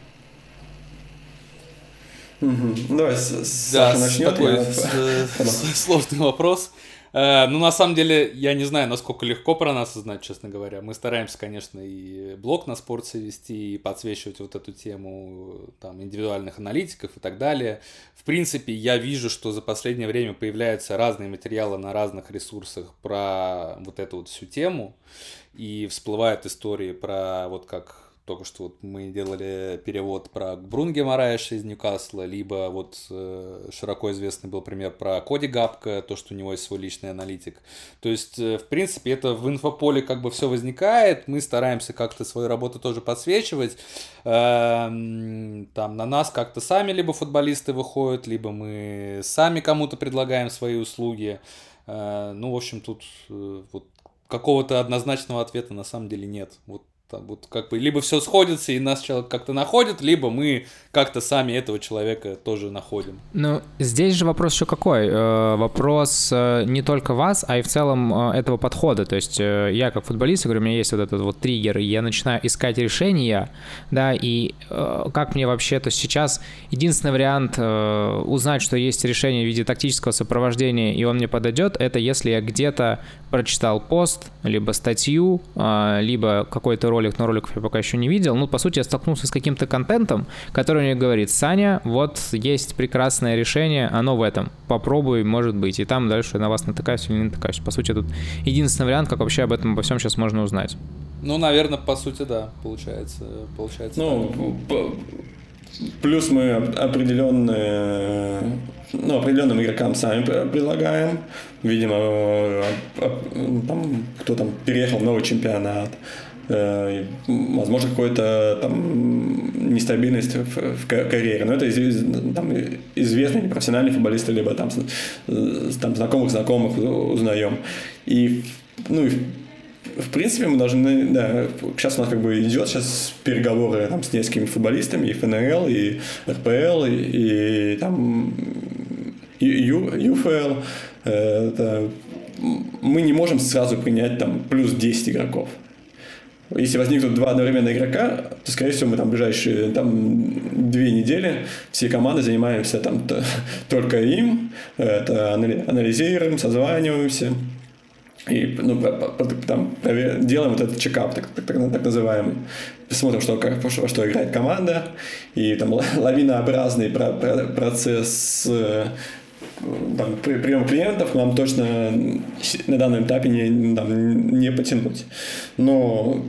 Давай, Саша начнет. Такой сложный вопрос. На самом деле, я не знаю, насколько легко про нас узнать, честно говоря. Мы стараемся, конечно, и блог на спорте вести, и подсвечивать вот эту тему индивидуальных аналитиков и так далее. В принципе, я вижу, что за последнее время появляются разные материалы на разных ресурсах про вот эту вот всю тему, и всплывают истории про как только что мы делали перевод про Брунге Мараэша из Ньюкасла, либо широко известный был пример про Коди Гапка, то, что у него есть свой личный аналитик. То есть, в принципе, это в инфополе все возникает, мы стараемся как-то свою работу тоже подсвечивать. На нас как-то сами либо футболисты выходят, либо мы сами кому-то предлагаем свои услуги. В общем, тут какого-то однозначного ответа на самом деле нет. Либо все сходится и нас человек как-то находит, либо мы как-то сами этого человека тоже находим. Здесь же вопрос еще какой? Вопрос не только вас, а и в целом этого подхода. То есть я как футболист, говорю, у меня есть этот триггер, и я начинаю искать решения, да, и как мне вообще, то есть сейчас единственный вариант узнать, что есть решение в виде тактического сопровождения, и он мне подойдет, это если я где-то прочитал пост, либо статью, либо какой-то ролик, но роликов я пока еще не видел. По сути, я столкнулся с каким-то контентом, который мне говорит: Саня, вот есть прекрасное решение, оно в этом. Попробуй, может быть. И там дальше на вас натыкаюсь или не натыкаюсь. По сути, тут единственный вариант, как вообще об этом обо всем сейчас можно узнать. Наверное, по сути, да, получается. Плюс мы определенным игрокам сами предлагаем. Видимо, кто переехал в новый чемпионат. Возможно, какая-то нестабильность в карьере. Но это известные непрофессиональные футболисты, либо знакомых узнаем. И в принципе, мы должны, сейчас у нас идет переговоры с несколькими футболистами, и ФНЛ, и РПЛ, и UFL, мы не можем сразу принять там плюс 10 игроков. Если возникнут 2 одновременных игрока, то, скорее всего, мы там в ближайшие 2 недели все команды занимаемся там только им, анализируем, созваниваемся и там делаем вот этот чекап, так называемый. Смотрим, во что играет команда, и там лавинообразный процесс прием клиентов нам точно на данном этапе не потянуть. Но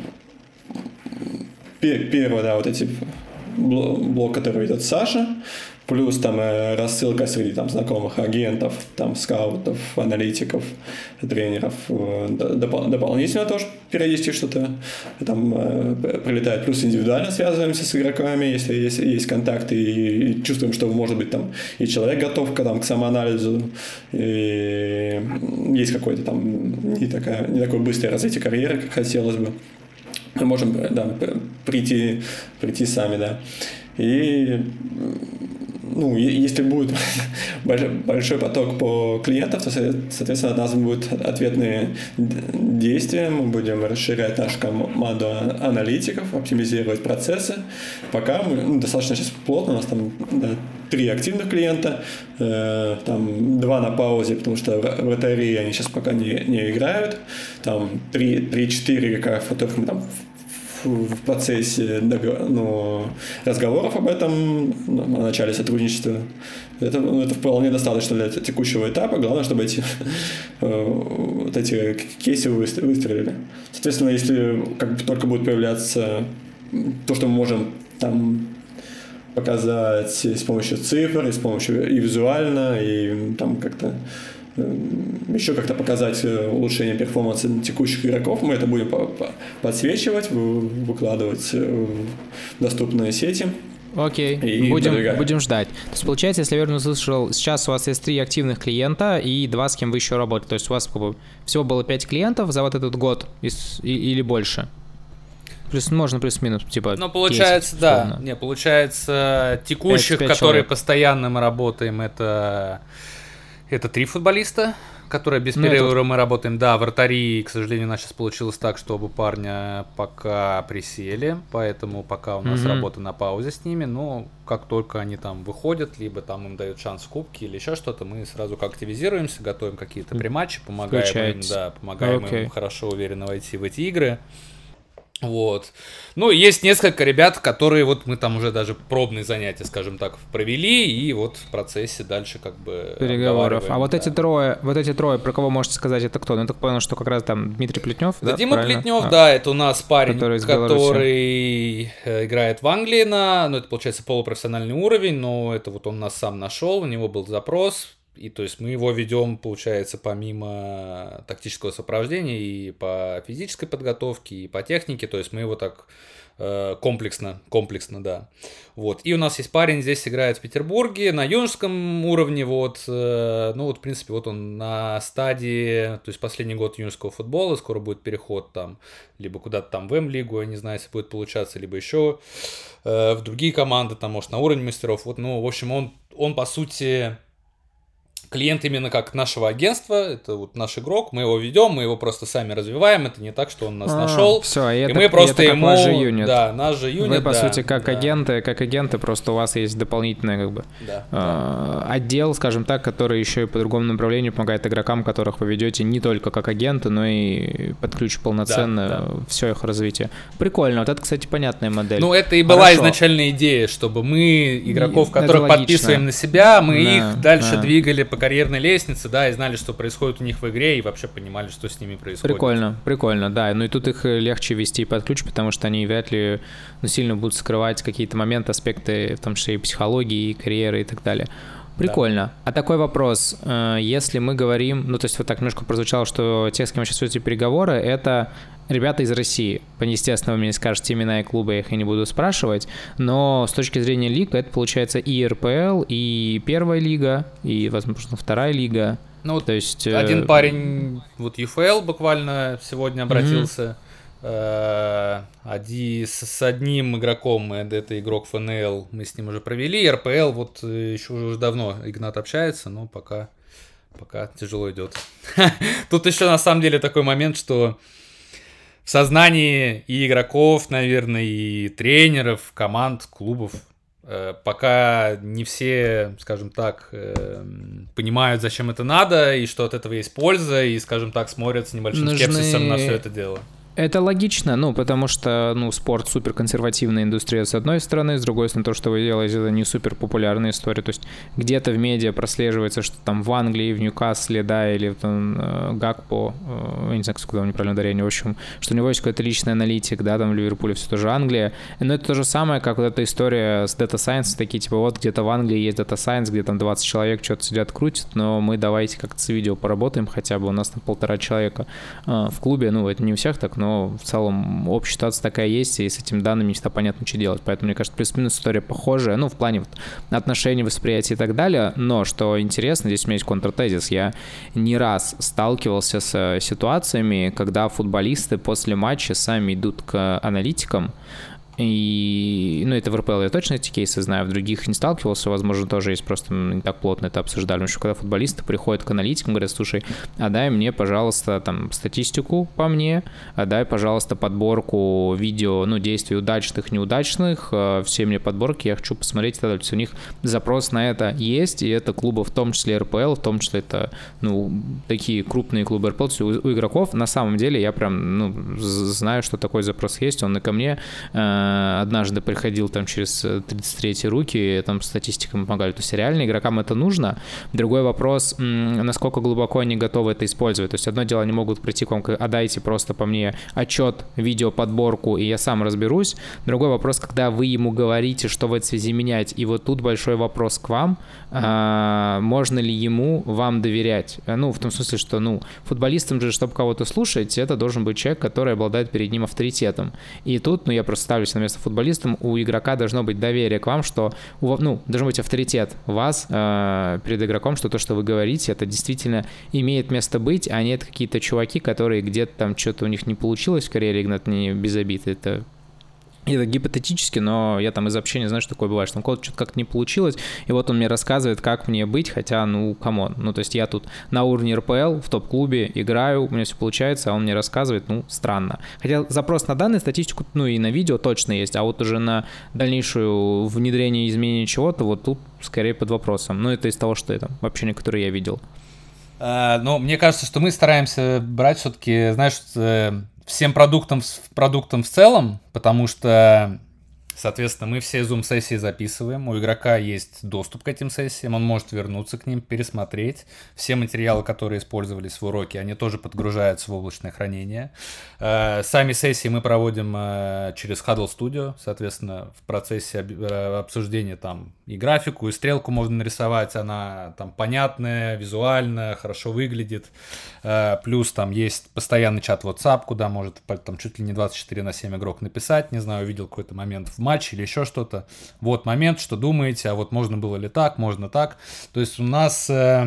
первый, вот эти блок, который ведет Саша, плюс там рассылка среди там знакомых агентов, там скаутов, аналитиков, тренеров. Дополнительно тоже периодически что-то там прилетает. Плюс индивидуально связываемся с игроками, если есть контакты, и чувствуем, что может быть там и человек готов к самоанализу, и есть какое-то там не такое быстрое развитие карьеры, как хотелось бы. Мы можем прийти сами, да. И если будет большой поток по клиентам, то, соответственно, от нас будут ответные действия. Мы будем расширять нашу команду аналитиков, оптимизировать процессы. Пока мы достаточно сейчас плотно, у нас там 3 активных клиента, там 2 на паузе, потому что вратари они сейчас пока не играют. Там 3-4 игрока, которых мы там в процессе разговоров об этом, о начале сотрудничества. Это вполне достаточно для текущего этапа. Главное, чтобы эти кейсы выстрелили. Соответственно, если только будет появляться то, что мы можем там показать с помощью цифр, и с помощью и визуально, и там как-то еще как-то показать улучшение перформанса текущих игроков, мы это будем подсвечивать, выкладывать в доступные сети. Окей, будем ждать. То есть, получается, если я верно услышал, сейчас у вас есть 3 активных клиента и 2, с кем вы еще работаете. То есть у вас всего было 5 клиентов за вот этот год или больше? Можно плюс-минус, типа. Ну, получается, 10, да. Не, получается, текущих, 5 которые постоянно мы работаем, это 3 футболиста, которые без перерыва мы работаем. Да, вратари, к сожалению, у нас сейчас получилось так, что оба парня пока присели, поэтому пока у нас работа на паузе с ними, но как только они там выходят, либо там им дают шанс в кубке или еще что-то, мы сразу как активизируемся, готовим какие-то прематчи, помогаем им хорошо, уверенно войти в эти игры. Вот. Ну, есть несколько ребят, которые вот мы там уже даже пробные занятия, скажем так, провели, и вот в процессе дальше как бы переговоров. А вот эти трое, про кого можете сказать, это кто? Ну, я так понял, что как раз там Дмитрий Плетнев, да? Дима Плетнев, да, это у нас парень, который играет в Англии это, получается, полупрофессиональный уровень, но это вот он нас сам нашел, у него был запрос. И то есть мы его ведем, получается, помимо тактического сопровождения и по физической подготовке, и по технике. То есть мы его так комплексно, да. Вот. И у нас есть парень, здесь играет в Петербурге на юношеском уровне. Вот. В принципе, вот он на стадии, то есть последний год юношеского футбола, скоро будет переход там, либо куда-то там в М-лигу, я не знаю, если будет получаться, либо еще в другие команды, там, может, на уровень мастеров. Вот, в общем, он по сути... Клиент именно как нашего агентства, это вот наш игрок, мы его ведем, мы его просто сами развиваем, это не так, что он нас нашел, все, и мы просто ему... Ваш же юнит. Да, наш же юнит, вы, по сути, как агенты, просто у вас есть дополнительный отдел, скажем так, который еще и по другому направлению помогает игрокам, которых вы ведете не только как агенты, но и под ключ полноценно все их развитие. Прикольно, вот это, кстати, понятная модель. Ну, это и была изначальная идея, чтобы мы игроков, которых подписываем на себя, мы их дальше двигали по карьерной лестнице, да, и знали, что происходит у них в игре, и вообще понимали, что с ними происходит. Прикольно, да. Ну и тут их легче вести под ключ, потому что они вряд ли сильно будут скрывать какие-то моменты, аспекты, в том числе и психологии, и карьеры, и так далее. Прикольно. Да. А такой вопрос, если мы говорим, то есть вот так немножко прозвучало, что те, с кем вы сейчас ведете переговоры, это ребята из России. Естественно, вы мне скажете имена и клубы, я их и не буду спрашивать, но с точки зрения лиг, это получается и РПЛ, и первая лига, и, возможно, вторая лига. То есть... Один парень, вот UFL буквально сегодня обратился, С одним игроком, это игрок ФНЛ, мы с ним уже провели. РПЛ вот еще уже давно Игнат общается, но пока тяжело идет. Тут еще на самом деле такой момент, что в сознании и игроков, наверное, и тренеров, команд, клубов пока не все, скажем так, понимают, зачем это надо, и что от этого есть польза, и, скажем так, смотрят с небольшим скепсисом на все это дело. Это логично, потому что, спорт супер консервативная индустрия с одной стороны, с другой стороны, то, что вы делаете, это не супер популярная история. То есть где-то в медиа прослеживается, что там в Англии, в Ньюкасле, да, или там Гакпо, я не знаю, сколько у него правильное ударение, в общем, что у него есть какой-то личный аналитик, да, там в Ливерпуле все тоже Англия. Но это то же самое, как вот эта история с Data Science, такие типа вот где-то в Англии есть Data Science, где там 20 человек что-то сидят, крутят, но мы давайте как-то с видео поработаем хотя бы, у нас там 1,5 человека в клубе, это не у всех так, но в целом общая ситуация такая есть, и с этими данными не всегда понятно, что делать. Поэтому, мне кажется, плюс-минус история похожая, в плане отношений, восприятия и так далее. Но, что интересно, здесь у меня есть контртезис. Я не раз сталкивался с ситуациями, когда футболисты после матча сами идут к аналитикам, и, это в РПЛ я точно эти кейсы знаю, в других не сталкивался, возможно, тоже есть, просто не так плотно это обсуждали, потому что когда футболисты приходят к аналитикам, говорят, слушай, дай мне, пожалуйста, там, статистику по мне, дай, пожалуйста, подборку видео, действий удачных, неудачных, все мне подборки, я хочу посмотреть и так далее. То есть у них запрос на это есть, и это клубы, в том числе РПЛ, в том числе это, такие крупные клубы РПЛ, у игроков, на самом деле, я прям, знаю, что такой запрос есть, он и ко мне однажды приходил там через 33 руки, там статистикам помогали. То есть реально игрокам это нужно. Другой вопрос, насколько глубоко они готовы это использовать. То есть одно дело, они могут прийти к вам, дайте просто по мне отчет, видео, подборку, и я сам разберусь. Другой вопрос, когда вы ему говорите, что в этой связи менять, и вот тут большой вопрос к вам, можно ли ему вам доверять? В том смысле, что, футболистам же, чтобы кого-то слушать, это должен быть человек, который обладает перед ним авторитетом. И тут, я просто ставлюсь на место футболистам, у игрока должно быть доверие к вам, что, должен быть авторитет вас перед игроком, что то, что вы говорите, это действительно имеет место быть, а не это какие-то чуваки, которые где-то там что-то у них не получилось в карьере, Игнат, не без обид, это гипотетически, но я там из общения знаю, что такое бывает, что там кого-то что-то как-то не получилось, и вот он мне рассказывает, как мне быть, хотя, камон, то есть я тут на уровне РПЛ в топ-клубе играю, у меня все получается, а он мне рассказывает, странно. Хотя запрос на данные, статистику, и на видео точно есть, а вот уже на дальнейшее внедрение и изменение чего-то, вот тут скорее под вопросом. Это из того, что это общение, которое я видел. Но мне кажется, что мы стараемся брать все-таки, знаешь, всем продуктам в целом, потому что, соответственно, мы все Zoom-сессии записываем, у игрока есть доступ к этим сессиям, он может вернуться к ним, пересмотреть. Все материалы, которые использовались в уроке, они тоже подгружаются в облачное хранение. Сами сессии мы проводим через Huddle Studio, соответственно, в процессе обсуждения там и графику, и стрелку можно нарисовать, она там понятная, визуальная, хорошо выглядит. Плюс там есть постоянный чат WhatsApp, куда может там чуть ли не 24/7 игрок написать, не знаю, увидел какой-то момент в матче или еще что-то. Вот момент, что думаете, а вот можно было ли так, можно так. То есть у нас,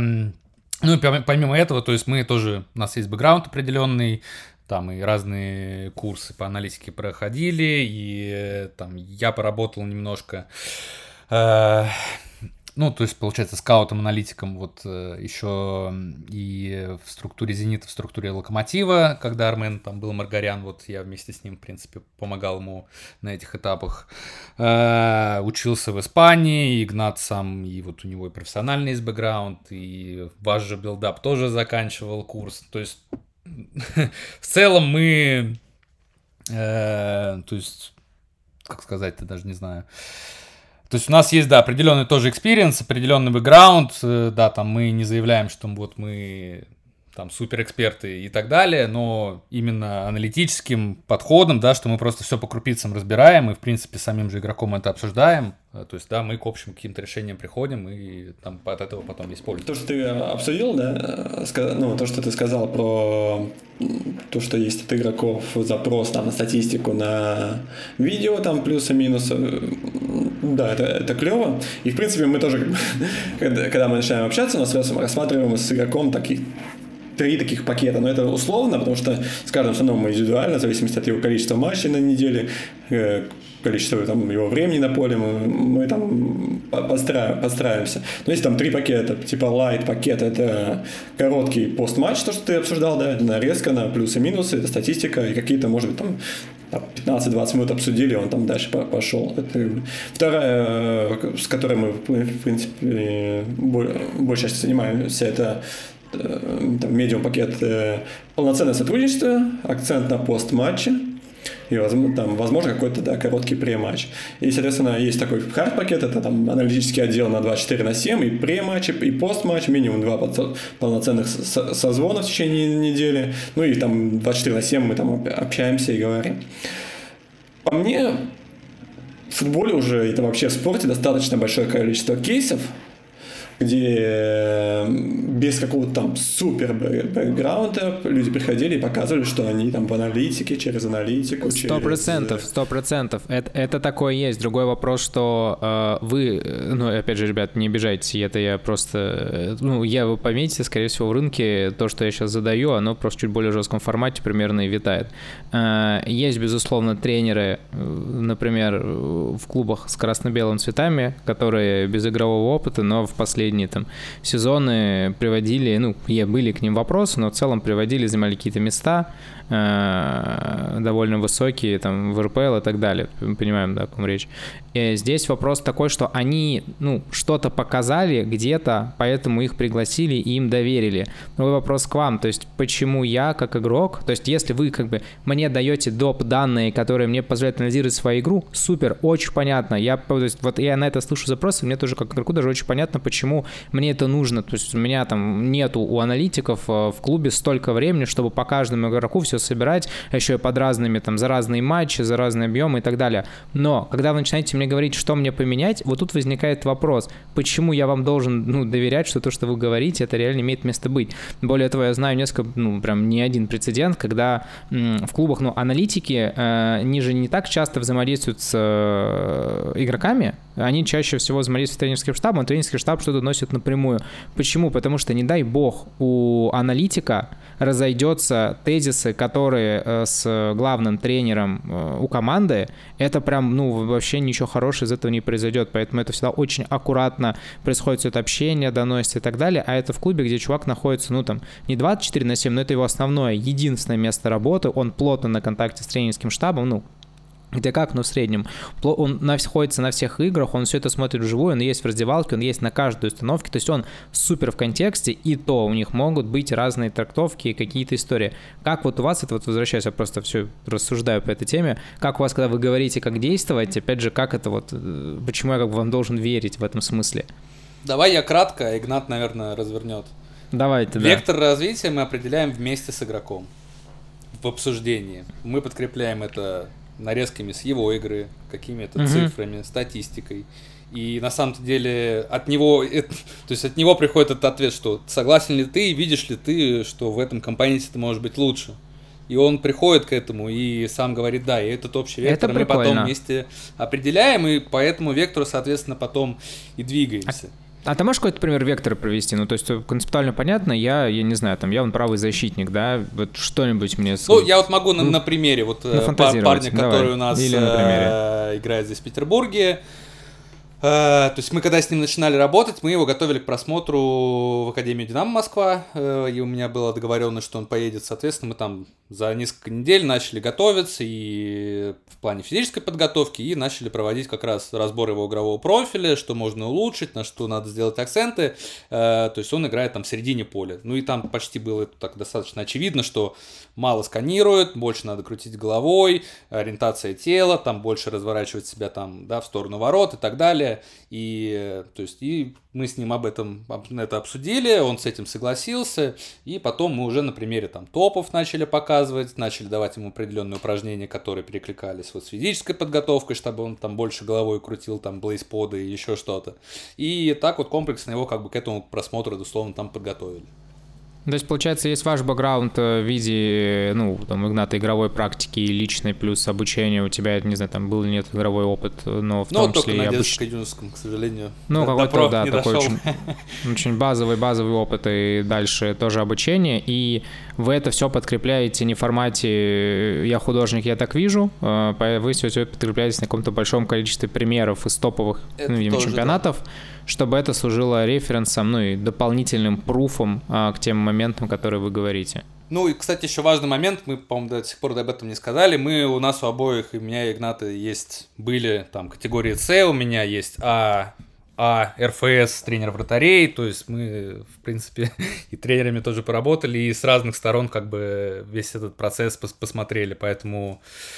помимо этого, то есть мы тоже, у нас есть бэкграунд определенный, там и разные курсы по аналитике проходили, и там я поработал немножко, то есть, получается, скаутом-аналитиком вот еще и в структуре «Зенита», в структуре «Локомотива», когда Армен там был Маргарян, вот я вместе с ним, в принципе, помогал ему на этих этапах. Учился в Испании, Игнат сам, и вот у него и профессиональный есть бэкграунд, и ваш же билдап тоже заканчивал курс. То есть, в целом мы, то есть, как сказать-то, даже не знаю. То есть у нас есть, да, определенный тоже экспириенс, определенный бэкграунд, да, там мы не заявляем, что вот мы там суперэксперты и так далее, но именно аналитическим подходом, да, что мы просто все по крупицам разбираем и, в принципе, самим же игроком это обсуждаем, то есть, да, мы к общим каким-то решениям приходим и там от этого потом есть польза. То, что ты обсудил, да, то, что ты сказал про то, что есть от игроков запрос там, на статистику, на видео, там плюсы-минусы, да, это клево. И, в принципе, мы тоже, когда мы начинаем общаться, мы рассматриваем с игроком таких 3 таких пакета, но это условно, потому что с каждым все равно индивидуально, в зависимости от его количества матчей на неделе, количество там, его времени на поле, мы там подстраиваемся. Но если там 3 пакета, типа light пакет, это короткий постматч, то, что ты обсуждал, да, это нарезка на плюсы-минусы, это статистика, и какие-то, может быть, там 15-20 минут обсудили, он там дальше пошел. Это вторая, с которой мы, в принципе, большей частью занимаемся, это медиум пакет полноценное сотрудничество, акцент на постматче и, возможно, какой-то короткий пре-матч. И, соответственно, есть такой хард-пакет, это там аналитический отдел на 24/7, и пре-матч, и пост-матч, минимум 2 полноценных созвона в течение недели, ну и там 24/7 мы там общаемся и говорим. По мне, в футболе уже, это вообще в спорте, достаточно большое количество кейсов, где без какого-то там супер бэкграунда люди приходили и показывали, что они там в аналитике, через аналитику, 100%. Это такое есть. Другой вопрос, что вы, ну, опять же, ребят, не обижайтесь, это я просто, вы поймите, скорее всего, в рынке то, что я сейчас задаю, оно просто чуть более жестком формате примерно и витает. Есть, безусловно, тренеры, например, в клубах с красно-белыми цветами, которые без игрового опыта, но в последние там сезоны приводили, были к ним вопросы, но в целом приводили, занимали какие-то места довольно высокие, там, в РПЛ и так далее. Мы понимаем, да, о ком речь. И здесь вопрос такой, что они, что-то показали где-то, поэтому их пригласили и им доверили. Новый вопрос к вам, то есть почему я, как игрок, то есть если вы, мне даете доп. Данные, которые мне позволяют анализировать свою игру, супер, очень понятно. Я на это слышу запросы, мне тоже, как игроку, даже очень понятно, почему мне это нужно. То есть у меня там нету у аналитиков в клубе столько времени, чтобы по каждому игроку все собирать, еще и под разными, там, за разные матчи, за разные объемы и так далее. Но когда вы начинаете мне говорить, что мне поменять, вот тут возникает вопрос, почему я вам должен, доверять, что то, что вы говорите, это реально имеет место быть. Более того, я знаю несколько, прям не один прецедент, когда в клубах, аналитики, они же не так часто взаимодействуют с игроками, они чаще всего взаимодействуют с тренерским штабом, а тренерский штаб что-то носит напрямую. Почему? Потому что, не дай бог, у аналитика разойдется тезисы, которые с главным тренером у команды, это прям, вообще ничего хорошего из этого не произойдет, поэтому это всегда очень аккуратно происходит все это общение, доносится и так далее, а это в клубе, где чувак находится, не 24/7, но это его основное, единственное место работы, он плотно на контакте с тренерским штабом, где как, но в среднем. Он находится на всех играх, он все это смотрит вживую, он есть в раздевалке, он есть на каждой установке, то есть он супер в контексте, и то у них могут быть разные трактовки и какие-то истории. Как вот у вас, это возвращаясь, я просто все рассуждаю по этой теме, как у вас, когда вы говорите, как действовать, опять же, как это почему я вам должен верить в этом смысле? Давай я кратко, а Игнат, наверное, развернет. Давайте, да. Вектор развития мы определяем вместе с игроком в обсуждении. Мы подкрепляем это нарезками с его игры, какими-то цифрами, статистикой. И на самом-то деле от него приходит этот ответ, что согласен ли ты, видишь ли ты, что в этом компоненте это может быть лучше. И он приходит к этому и сам говорит, да, и этот общий вектор мы потом вместе определяем, и по этому вектору, соответственно, потом и двигаемся. А ты можешь какой-то пример вектора провести? То есть концептуально понятно, я не знаю, я правый защитник, да, вот что-нибудь мне... я могу на примере, парня, который у нас играет здесь в Петербурге. То есть мы когда с ним начинали работать, мы его готовили к просмотру в Академию Динамо Москва, и у меня была договоренность, что он поедет, соответственно, мы там за несколько недель начали готовиться и в плане физической подготовки, и начали проводить как раз разбор его игрового профиля, что можно улучшить, на что надо сделать акценты, то есть он играет там в середине поля, и там почти было так достаточно очевидно, что мало сканирует, больше надо крутить головой, ориентация тела, там больше разворачивать себя там, да, в сторону ворот и так далее. И мы с ним это обсудили, он с этим согласился, и потом мы уже на примере там топов начали показывать, начали давать ему определенные упражнения, которые перекликались с физической подготовкой, чтобы он там больше головой крутил, там блейсподы и еще что-то. И так комплексно его к этому просмотру, условно, там подготовили. То есть, получается, есть ваш бэкграунд в виде, ну, там, Игната, игровой практики и личной, плюс обучение. У тебя, не знаю, там был или нет игровой опыт, но в том числе и только на детско-юношеском, к сожалению. Ну, какой-то, да, такой очень базовый опыт, и дальше тоже обучение. И вы это все подкрепляете не в формате «я художник, я так вижу», вы все подкрепляете на каком-то большом количестве примеров из топовых, видимо, чемпионатов, да, чтобы это служило референсом, ну и дополнительным пруфом к тем моментам, которые вы говорите. Ну и, кстати, еще важный момент, мы, по-моему, до сих пор об этом не сказали, у нас у обоих, и у меня, и Игната, были там категории С, у меня есть А, РФС, тренер вратарей, то есть мы, в принципе, и тренерами тоже поработали, и с разных сторон как бы весь этот процесс посмотрели, поэтому...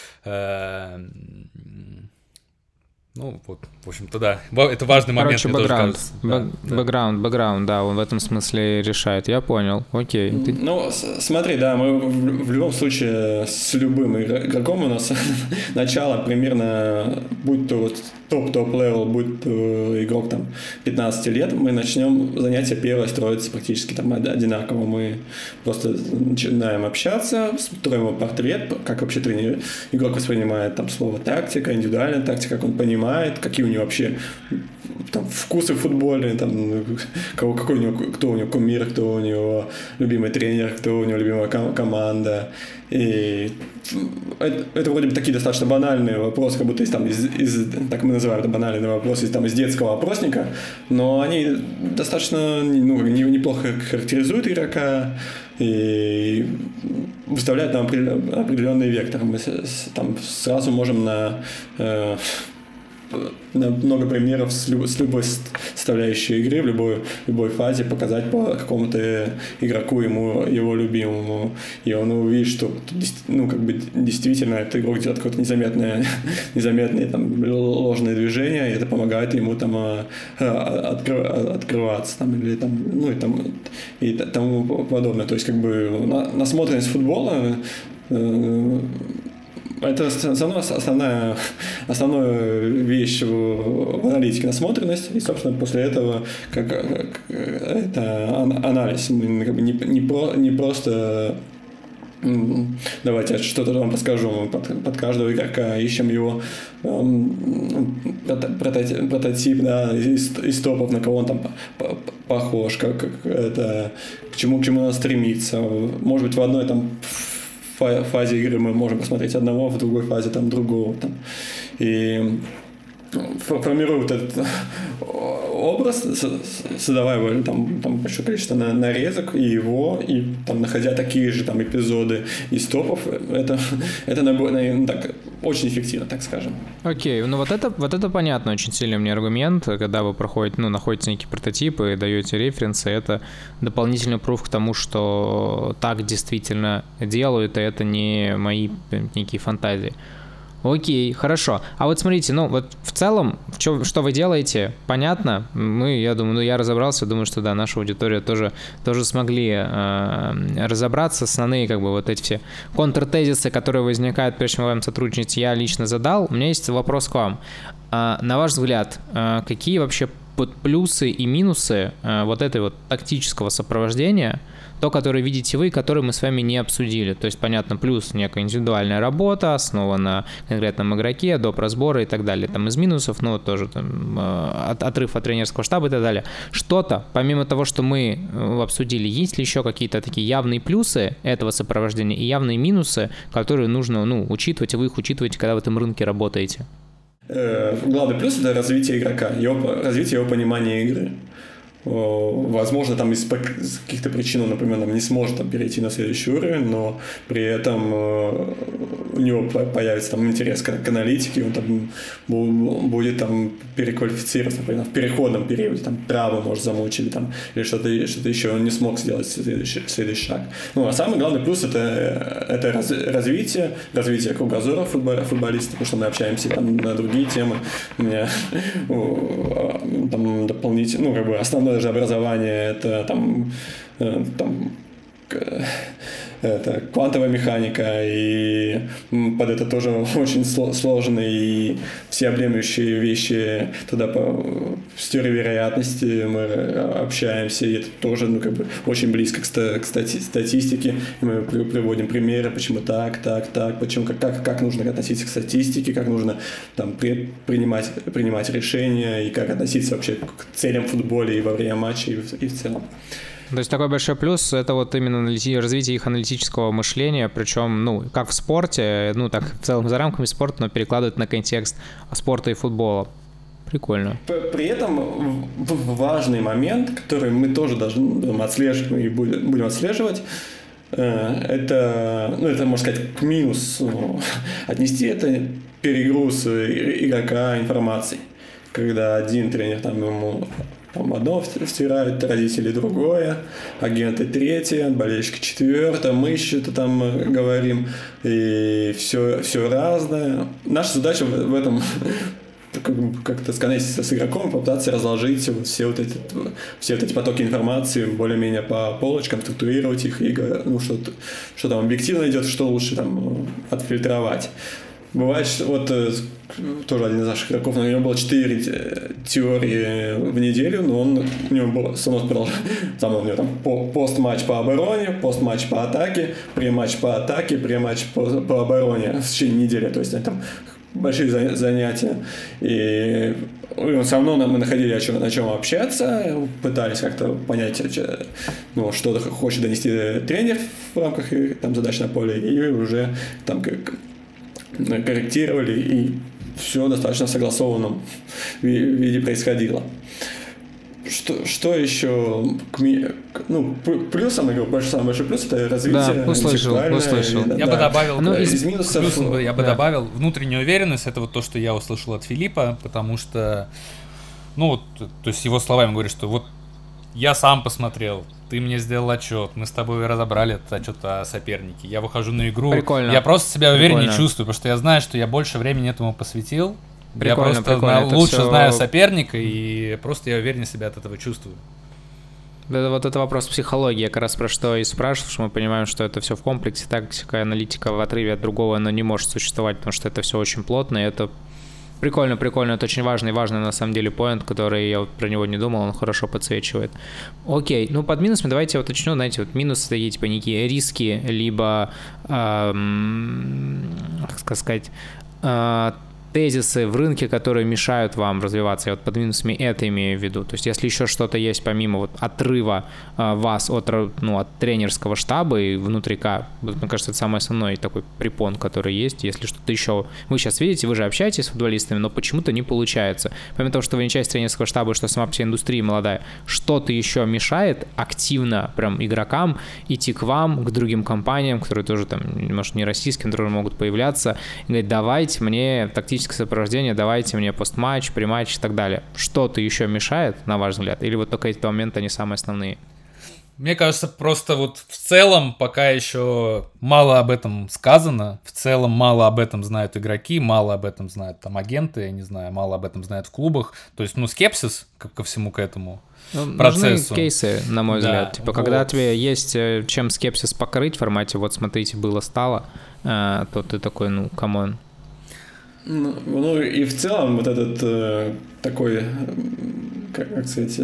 Ну, вот, в общем-то, да. Это важный момент, мне тоже кажется. Бэкграунд, да, он в этом смысле решает. Я понял, окей. Ну, смотри, да, мы в любом случае с любым игроком у нас начало примерно, будь то вот топ-левел, будь то игрок там 15 лет, мы начнем занятие первое строиться практически там одинаково. Мы просто начинаем общаться, строим портрет, как вообще игрок воспринимает там слово тактика, индивидуальная тактика, как он понимает, какие у него вообще там вкусы в футболе, там, кто у него кумир, кто у него любимый тренер, кто у него любимая команда. И это вроде бы такие достаточно банальные вопросы, как будто из так мы называем это банальные вопросы, из детского опросника, но они достаточно неплохо характеризуют игрока и выставляют нам определенный вектор. Мы там сразу можем на много примеров с любой составляющей игры в любой фазе показать по какому-то игроку его любимому, и он увидит, что действительно этот игрок делает какое-то незаметное там ложное движение, и это помогает ему там открываться там, или там, и тому подобное. То есть как бы насмотренность футбола это основная вещь в аналитике, насмотренность, и, собственно, после этого это анализ. Мы как бы не просто давайте я что-то вам подскажу, мы под каждого игрока ищем его прототип, да, из топов, на кого он там похож, к чему он стремится. Может быть, в одной там фазе игры мы можем посмотреть одного, в другой фазе там другого. Там. И формируя вот этот образ, создавая там большое количество нарезок и там, находя такие же там эпизоды из топов, это так, очень эффективно, так скажем. Окей, ну вот это понятно, очень сильный мне аргумент, когда вы находите некие прототипы и даете референсы, это дополнительный пруф к тому, что так действительно делают, и это не мои некие фантазии. Окей, хорошо. А вот смотрите, вот в целом, что вы делаете, понятно. Я думаю, я разобрался, думаю, что да, наша аудитория тоже смогли разобраться. Основные как бы вот эти все контртезисы, которые возникают, прежде чем вы сотрудничать, я лично задал. У меня есть вопрос к вам. На ваш взгляд, какие вообще плюсы и минусы вот этой вот тактического сопровождения, то, которое видите вы, которое мы с вами не обсудили? То есть, понятно, плюс некая индивидуальная работа, основа на конкретном игроке, доп. Разбора и так далее. Там из минусов, тоже там, отрыв от тренерского штаба и так далее. Что-то, помимо того, что мы обсудили, есть ли еще какие-то такие явные плюсы этого сопровождения и явные минусы, которые нужно учитывать, и вы их учитываете, когда в этом рынке работаете? Главный плюс — это развитие игрока, развитие его понимания игры. Возможно, там из каких-то причин он, например, не сможет перейти на следующий уровень, но при этом у него появится там интерес к аналитике, он там будет там переквалифицироваться, например, в переходном периоде, там травмы, может, замучили, там, или что-то еще, он не смог сделать следующий шаг. А самый главный плюс — это развитие кругозора футболиста, потому что мы общаемся там на другие темы. У меня там дополнительно, как бы основное даже образование — это это квантовая механика, и под это тоже очень сложные и всеобъемлющие вещи. Туда с теорией вероятности мы общаемся, и это тоже очень близко к статистике. И мы приводим примеры, почему так, почему, как нужно относиться к статистике, как нужно там, принимать решения, и как относиться вообще к целям в футболе и во время матча, и в целом. То есть такой большой плюс — это вот именно развитие их аналитического мышления, причем, как в спорте, так в целом за рамками спорта, но перекладывать на контекст спорта и футбола. Прикольно. При этом важный момент, который мы тоже должны отслеживать и будем отслеживать, это, можно сказать, к минусу отнести, это перегруз игрока информации. Когда один тренер ему одно втирает, родители другое, агенты третье, болельщики четвертое, мы что-то там говорим, и все разное. Наша задача в этом как-то сконнектиться с игроком, попытаться разложить все эти потоки информации более-менее по полочкам, структурировать их, и что там объективно идет, что лучше там отфильтровать. Бывает, что тоже один из наших игроков, у него было 4 теории в неделю, но у него было у него там пост-матч по обороне, пост-матч по атаке, пре-матч по атаке, пре-матч по обороне в течение недели. То есть там большие занятия. И все равно мы находили на чем общаться, пытались как-то понять, что хочет донести тренер в рамках там, задач на поле, и уже там корректировали, и все достаточно в согласованном виде происходило. Что еще? Плюсом, самый большой плюс — это развитие. Да, услышал. Я бы добавил, из минусов... я бы добавил внутреннюю уверенность, это вот то, что я услышал от Филиппа, потому что, то есть его словами говорит, что вот я сам посмотрел, ты мне сделал отчет, мы с тобой разобрали этот отчет о сопернике, я выхожу на игру, Прикольно. Я просто себя увереннее чувствую, потому что я знаю, что я больше времени этому посвятил, я просто лучше знаю соперника, и просто я увереннее себя от этого чувствую. Это вопрос психологии, как раз про что и спрашивал, что мы понимаем, что это все в комплексе, тактика, аналитика в отрыве от другого, она не может существовать, потому что это все очень плотно, и это прикольно, это очень важный на самом деле поинт, который я про него не думал, он хорошо подсвечивает. Окей, под минусами давайте уточню, знаете, минусы такие, типа некие риски, либо, как сказать, тезисы в рынке, которые мешают вам развиваться. Я под минусами это имею в виду. То есть, если еще что-то есть помимо отрыва вас от тренерского штаба и внутрика, мне кажется, это самый основной такой препон, который есть. Если что-то еще... Вы сейчас видите, вы же общаетесь с футболистами, но почему-то не получается. Помимо того, что вы не часть тренерского штаба, что сама вся индустрия молодая, что-то еще мешает активно прям игрокам идти к вам, к другим компаниям, которые тоже там, может, не российские, которые могут появляться, и говорить: давайте мне тактическое сопровождение, давайте мне постматч, прематч и так далее. Что-то еще мешает, на ваш взгляд? Или вот только эти моменты, они самые основные? Мне кажется, просто в целом пока еще мало об этом сказано, в целом мало об этом знают игроки, мало об этом знают там агенты, я не знаю, мало об этом знают в клубах. То есть, скепсис ко всему к этому процессу. Нужны кейсы, на мой взгляд. Когда тебе есть чем скепсис покрыть в формате, вот смотрите, было-стало, то ты такой, камон. И в целом этот такой, как сказать,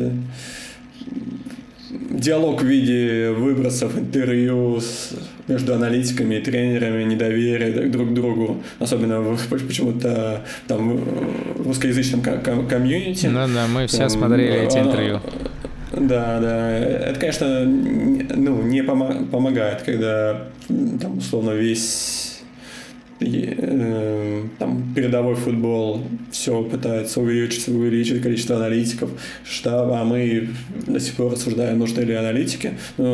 диалог в виде выбросов, интервью между аналитиками и тренерами, недоверие друг к другу, особенно почему-то там в русскоязычном комьюнити. Да, мы все смотрели эти интервью. Да, это, конечно, не помогает, когда там условно весь там передовой футбол все пытается увеличить количество аналитиков штаба, а мы до сих пор рассуждаем, нужны ли аналитики.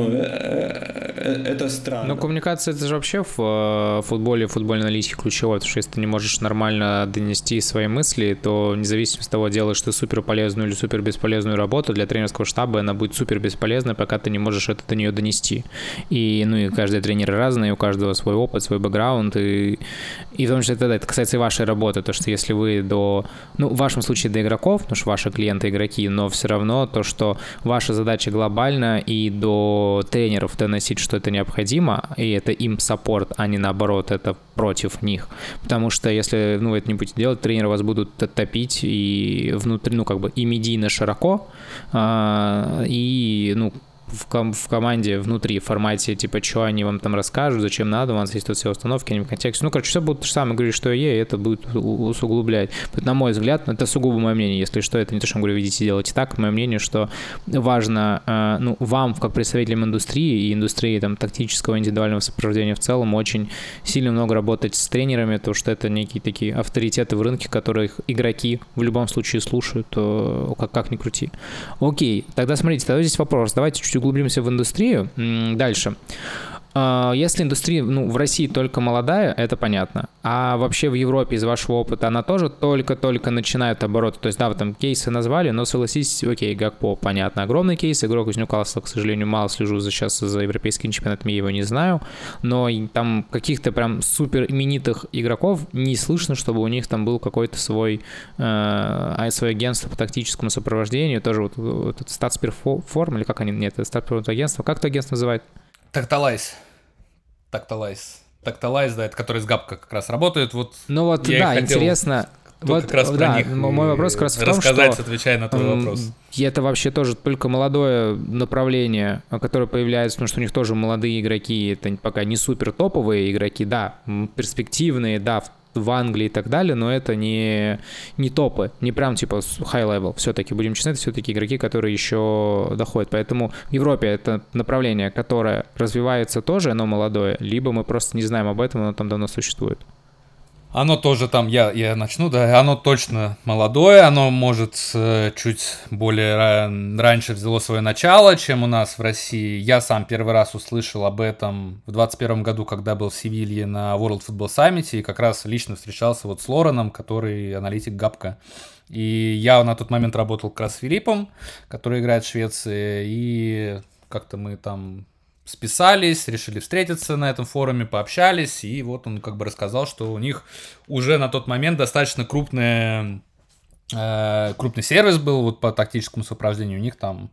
Это странно. Коммуникация — это же вообще в футбольной аналитике ключевое, потому что если ты не можешь нормально донести свои мысли, то независимо от того, делаешь ты супер полезную или супер бесполезную работу, для тренерского штаба она будет супер бесполезной, пока ты не можешь это до нее донести. И каждый тренер разный, у каждого свой опыт, свой бэкграунд, и И в том числе это касается и вашей работы, то, что если вы в вашем случае до игроков, потому что ваши клиенты игроки, но все равно то, что ваша задача глобальна и до тренеров доносить, что это необходимо, и это им саппорт, а не наоборот, это против них. Потому что если вы это не будете делать, тренеры вас будут топить и внутри, и медийно широко, и, в команде внутри, в формате, типа, что они вам там расскажут, зачем надо, у вас есть тут все установки, они в контексте. Все будут то же самое говорить, что и это будет усугублять. На мой взгляд, это сугубо мое мнение, если что, это не то, что я говорю, видите, делайте так. Мое мнение, что важно, вам, как представителям индустрии и индустрии там тактического индивидуального сопровождения в целом, очень сильно много работать с тренерами, потому что это некие такие авторитеты в рынке, которых игроки в любом случае слушают, как ни крути. Окей, тогда смотрите, тогда здесь вопрос, давайте чуть углубимся в индустрию. Дальше. Если индустрия, в России только молодая, это понятно. А вообще в Европе из вашего опыта она тоже только-только начинает обороты. То есть, да, вы там кейсы назвали, но согласитесь, окей, Гакпо, понятно, огромный кейс. Игрок из Ньюкасла, к сожалению, мало слежу сейчас за европейским чемпионатом, я его не знаю. Но там каких-то прям супер именитых игроков не слышно, чтобы у них там был какой-то свое агентство по тактическому сопровождению. Тоже вот этот Статсперформ, или как они, нет, это Статсперформ агентство. Как это агентство называют? Такталайз, да, это который с Габко как раз работает. Интересно. Как раз про них мой вопрос как раз в том, что отвечая отвечая на твой вопрос. Это вообще тоже только молодое направление, которое появляется, потому что у них тоже молодые игроки, это пока не супер топовые игроки, да, перспективные, да, в Англии и так далее, но это не топы, не прям типа high-level. Все-таки, будем честны, это все-таки игроки, которые еще доходят. Поэтому в Европе это направление, которое развивается тоже, оно молодое, либо мы просто не знаем об этом, оно там давно существует. Оно тоже там, я начну, да, оно точно молодое, оно может чуть более раньше взяло свое начало, чем у нас в России. Я сам первый раз услышал об этом в 2021 году, когда был в Севилье на World Football Summit, и как раз лично встречался с Лореном, который аналитик Габко. И я на тот момент работал как раз с Филиппом, который играет в Швеции, и как-то мы там списались, решили встретиться на этом форуме, пообщались, и вот он рассказал, что у них уже на тот момент достаточно крупный сервис был по тактическому сопровождению. У них там,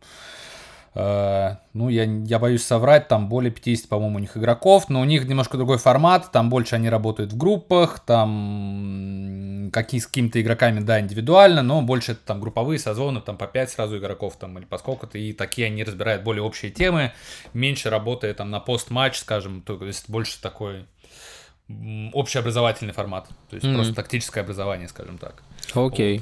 я боюсь соврать, там более 50, по-моему, у них игроков, но у них немножко другой формат, там больше они работают в группах, там с какими-то игроками, да, индивидуально, но больше это там групповые созвоны, там по 5 сразу игроков, там, или по сколько-то, и такие они разбирают более общие темы, меньше работая там на пост-матч, скажем, то есть больше такой общеобразовательный формат, то есть просто тактическое образование, скажем так. Окей.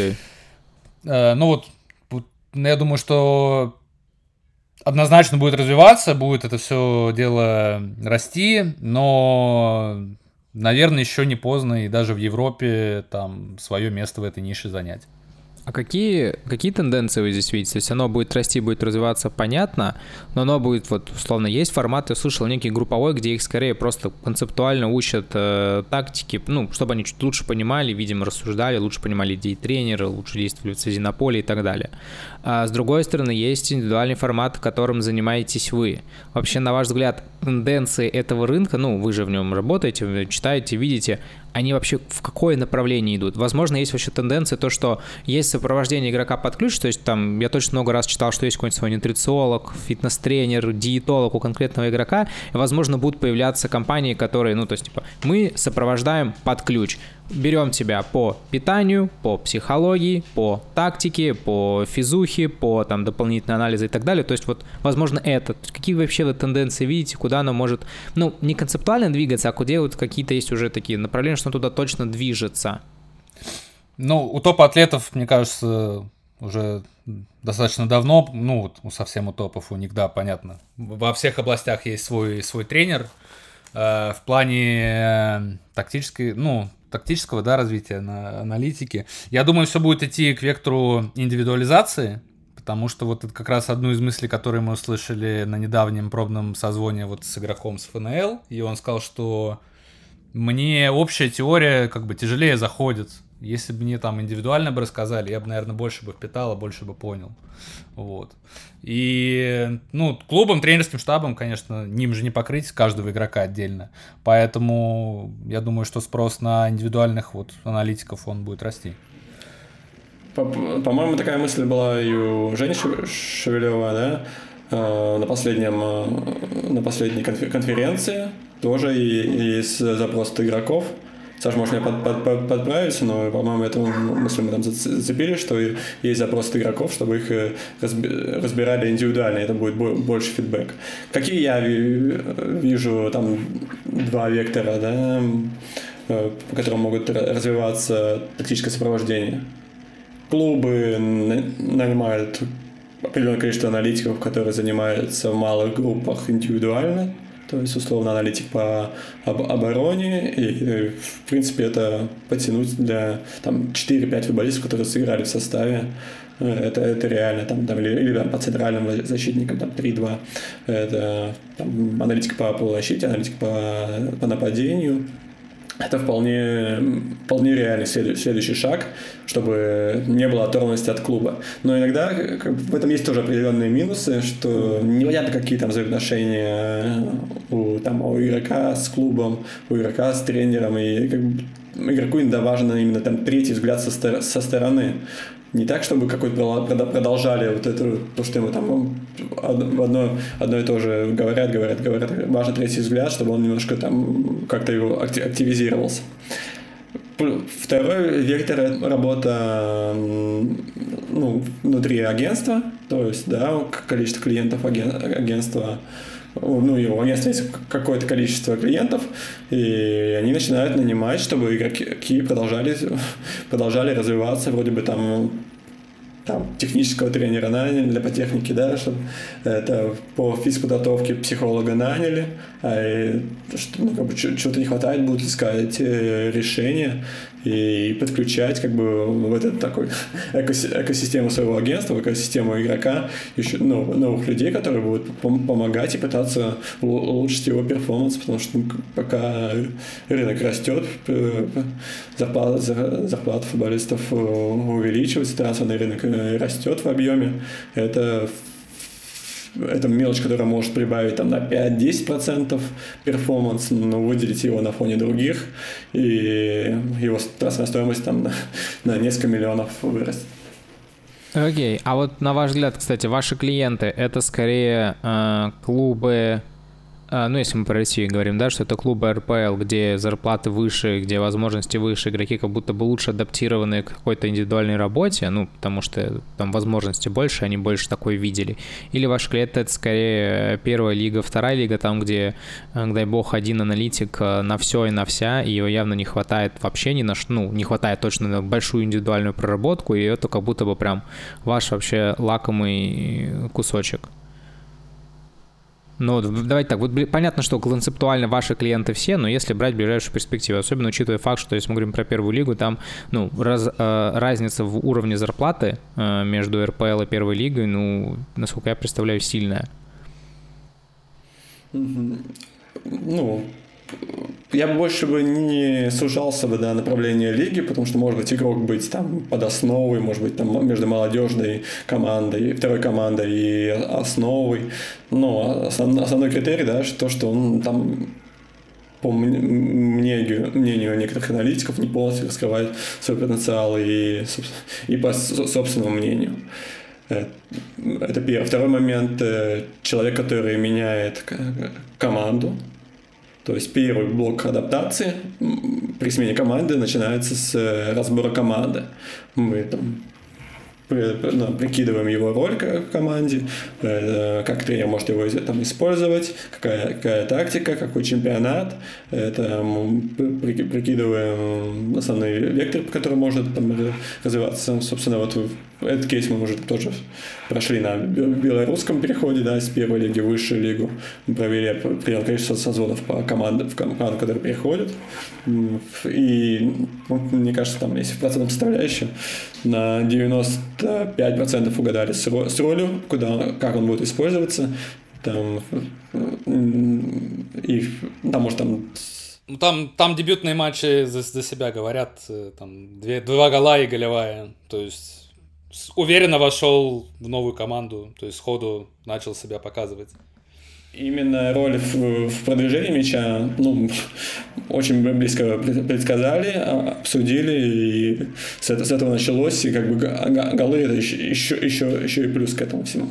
Я думаю, что однозначно будет развиваться, будет это все дело расти, но, наверное, еще не поздно и даже в Европе там свое место в этой нише занять. А какие тенденции вы здесь видите? То есть оно будет расти, будет развиваться, понятно, но оно будет, условно, есть формат, я слышал, некий групповой, где их скорее просто концептуально учат тактики, чтобы они чуть лучше понимали, видимо, рассуждали, лучше понимали идеи тренера, лучше действовали в связи на поле и так далее. А с другой стороны, есть индивидуальный формат, которым занимаетесь вы. Вообще, на ваш взгляд, тенденции этого рынка, вы же в нем работаете, вы читаете, видите, они вообще в какое направление идут? Возможно, есть вообще тенденция, то, что есть сопровождение игрока под ключ, то есть там я точно много раз читал, что есть какой-нибудь свой нутрициолог, фитнес-тренер, диетолог у конкретного игрока, и, возможно, будут появляться компании, которые, мы сопровождаем под ключ. Берем тебя по питанию, по психологии, по тактике, по физухе, по дополнительные анализы и так далее. То есть возможно, это. Какие вообще вы тенденции видите, куда оно может, не концептуально двигаться, а где какие-то есть уже такие направления, что туда точно движется? У топ-атлетов, мне кажется, уже достаточно давно, совсем у топов, у них, да, понятно. Во всех областях есть свой тренер. В плане тактического, да, развития аналитики. Я думаю, все будет идти к вектору индивидуализации, потому что это как раз одну из мыслей, которые мы услышали на недавнем пробном созвоне с игроком с ФНЛ, и он сказал, что мне общая теория тяжелее заходит, Если бы мне там индивидуально бы рассказали, я бы, наверное, больше бы впитал, больше бы понял. Вот. И, ну, клубом, тренерским штабом, конечно, ним же не покрыть каждого игрока отдельно. Поэтому я думаю, что спрос на индивидуальных вот аналитиков, он будет расти. По-моему, такая мысль была и у Жени Шевелева, да, на последней конференции. Тоже есть запрос от игроков. Саша, может, меня подправить, но, по-моему, эту мысль мы там зацепили, что есть запрос от игроков, чтобы их разбирали индивидуально, это будет больше фидбэк. Какие я вижу там два вектора, да, по которым могут развиваться тактическое сопровождение? Клубы нанимают определенное количество аналитиков, которые занимаются в малых группах индивидуально, то есть, условно, аналитик по обороне, и, в принципе, это потянуть для там, 4-5 футболистов, которые сыграли в составе. Это реально, или по центральным защитникам 3-2. Это там, аналитика по полузащите, аналитика по нападению. Это вполне реальный следующий шаг, чтобы не было оторванности от клуба. Но иногда в этом есть тоже определенные минусы, что непонятно, какие там взаимоотношения у игрока с клубом, у игрока с тренером, и игроку иногда важен именно там третий взгляд со стороны. Не так, чтобы какой-то продолжали вот это, то, что ему там одно и то же говорят. Важен третий взгляд, чтобы он немножко там как-то его активизировался. Второй вектор – это работа внутри агентства, то есть, да, количество клиентов агентства. Ну, и у агентства есть какое-то количество клиентов, и они начинают нанимать, чтобы игроки продолжали развиваться, вроде бы там технического тренера наняли по технике, да, чтобы это по физподготовке психолога наняли, что-то не хватает, будут искать решения и подключать в этот такой экосистему своего агентства, в экосистему игрока еще новых людей, которые будут помогать и пытаться улучшить его перформанс, потому что пока рынок растет, зарплата футболистов увеличивается, трансферный рынок растет в объеме, это мелочь, которая может прибавить там, на 5-10% перформанс, но выделить его на фоне других, и его трансферная стоимость там, на несколько миллионов вырастет. Окей, а вот на ваш взгляд, кстати, ваши клиенты — это скорее клубы, ну, если мы про Россию говорим, да, что это клубы РПЛ, где зарплаты выше, где возможности выше, игроки как будто бы лучше адаптированы к какой-то индивидуальной работе, ну, потому что там возможности больше, они больше такое видели. Или ваши клиенты — это скорее первая лига, вторая лига, там, где, дай бог, один аналитик на все и на вся, и его явно не хватает вообще ни на что, ну, не хватает точно на большую индивидуальную проработку, и это как будто бы прям ваш вообще лакомый кусочек. Ну, давайте так, вот понятно, что концептуально ваши клиенты все, но если брать ближайшую перспективу, особенно учитывая факт, что если мы говорим про первую лигу, там, ну, разница в уровне зарплаты между РПЛ и первой лигой, ну, насколько я представляю, сильная. Ну, я бы больше не сужался бы на направление лиги, потому что может быть игрок быть там под основой, может быть там между молодежной командой, второй командой и основой. Но основной критерий, да, что он там, по мнению некоторых аналитиков, не полностью раскрывает свой потенциал и по собственному мнению. Это первый. Второй момент – человек, который меняет команду. То есть первый блок адаптации при смене команды начинается с разбора команды. Мы там прикидываем его роль в команде, как тренер может его там использовать, какая тактика, какой чемпионат. Это мы прикидываем основной вектор, по которому может там развиваться. Собственно, вот этот кейс мы уже тоже прошли на белорусском переходе, да, с первой лиги в высшую лигу. Мы провели определенное количество созвонов по командам, которые переходят. И, мне кажется, там, если в процентном составляющем, на 95% угадали с ролью, как он будет использоваться. Там, и там, может, там Ну, там дебютные матчи за себя говорят, там 2 гола и голевая, то есть уверенно вошел в новую команду, то есть сходу начал себя показывать. Именно роль в продвижении мяча, очень близко предсказали, обсудили, и с этого началось, и как бы голы это еще и плюс к этому всему.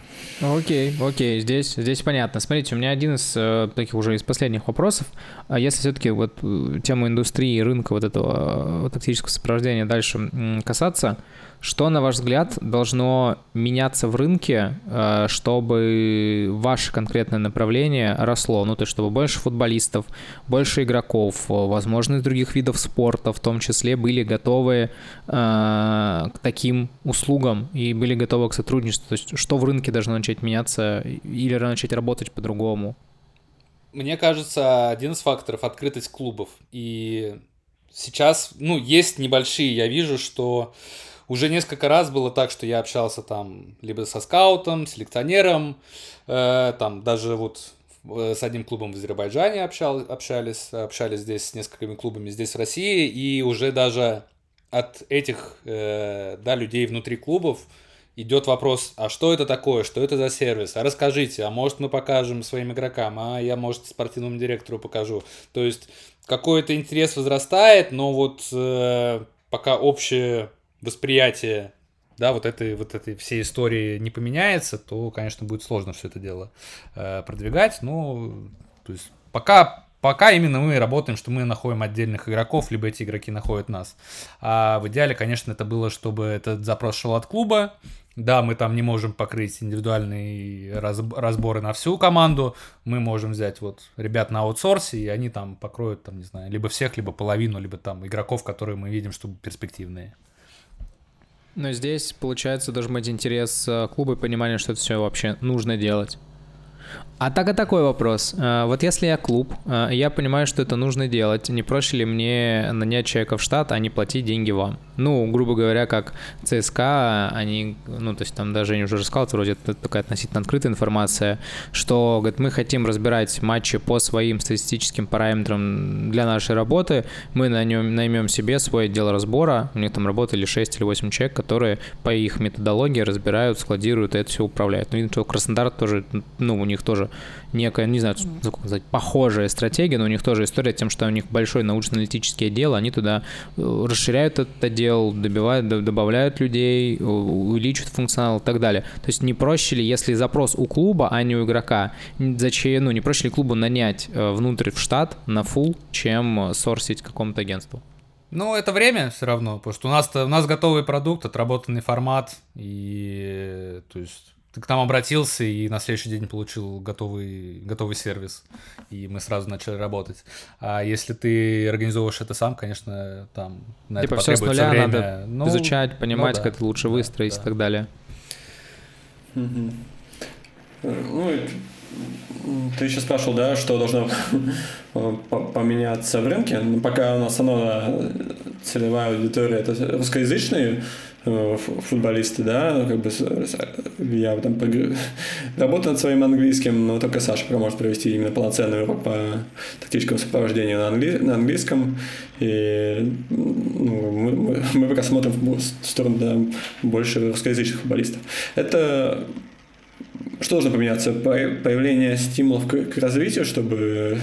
Окей, здесь понятно. Смотрите, у меня один из таких уже из последних вопросов. Если все-таки вот тему индустрии, рынка вот этого тактического сопровождения дальше касаться, что, на ваш взгляд, должно меняться в рынке, чтобы ваше конкретное направление росло? Ну, то есть, чтобы больше футболистов, больше игроков, возможно, из других видов спорта, в том числе, были готовы к таким услугам и были готовы к сотрудничеству? То есть, что в рынке должно начать меняться или начать работать по-другому? Мне кажется, один из факторов — открытость клубов. И сейчас, есть небольшие, я вижу, что уже несколько раз было так, что я общался там либо со скаутом, селекционером, там даже вот с одним клубом в Азербайджане общались здесь с несколькими клубами здесь в России, и уже даже от этих людей внутри клубов идет вопрос: а что это такое, что это за сервис, а расскажите, а может мы покажем своим игрокам, а я, может, спортивному директору покажу. То есть какой-то интерес возрастает, но вот пока общее восприятие, да, вот этой всей истории не поменяется, то, конечно, будет сложно все это дело продвигать. То есть пока именно мы работаем, что мы находим отдельных игроков, либо эти игроки находят нас. А в идеале, конечно, это было, чтобы этот запрос шел от клуба. Да, мы там не можем покрыть индивидуальные разборы на всю команду. Мы можем взять вот ребят на аутсорсе, и они там покроют, там, не знаю, либо всех, либо половину, либо там игроков, которые мы видим, что перспективные. Но здесь, получается, должен быть интерес клуба и понимание, что это все вообще нужно делать. А такой вопрос. Вот если я клуб, я понимаю, что это нужно делать, не проще ли мне нанять человека в штат, а не платить деньги вам? Грубо говоря, как ЦСКА, они, то есть там даже Женя уже рассказал, вроде это такая относительно открытая информация, что, говорит, мы хотим разбирать матчи по своим статистическим параметрам для нашей работы, мы наймем себе свой отдел разбора, у них там работали 6 или 8 человек, которые по их методологии разбирают, складируют и это все управляют. Видно, что Краснодар тоже, у них тоже некая, не знаю, как сказать, похожая стратегия, но у них тоже история тем, что у них большой научно-аналитический отдел, они туда расширяют этот отдел, добавляют людей, увеличивают функционал и так далее. То есть не проще ли, если запрос у клуба, а не у игрока, зачем, не проще ли клубу нанять внутрь в штат на фулл, чем сорсить какому-то агентству? Это время все равно, потому что у нас готовый продукт, отработанный формат, и то есть ты к нам обратился и на следующий день получил готовый сервис, и мы сразу начали работать. А если ты организовываешь это сам, конечно, там на это все с нуля время. Надо изучать, понимать, как это лучше выстроить и так далее. Ты еще спрашивал, да, что должно поменяться в рынке. Пока у нас основная целевая аудитория — это русскоязычные футболисты, да, я там работаю над своим английским, но только Саша может провести именно полноценный урок по тактическому сопровождению на английском, и мы пока смотрим в сторону больше русскоязычных футболистов. Это что должно поменяться? Появление стимулов к развитию, чтобы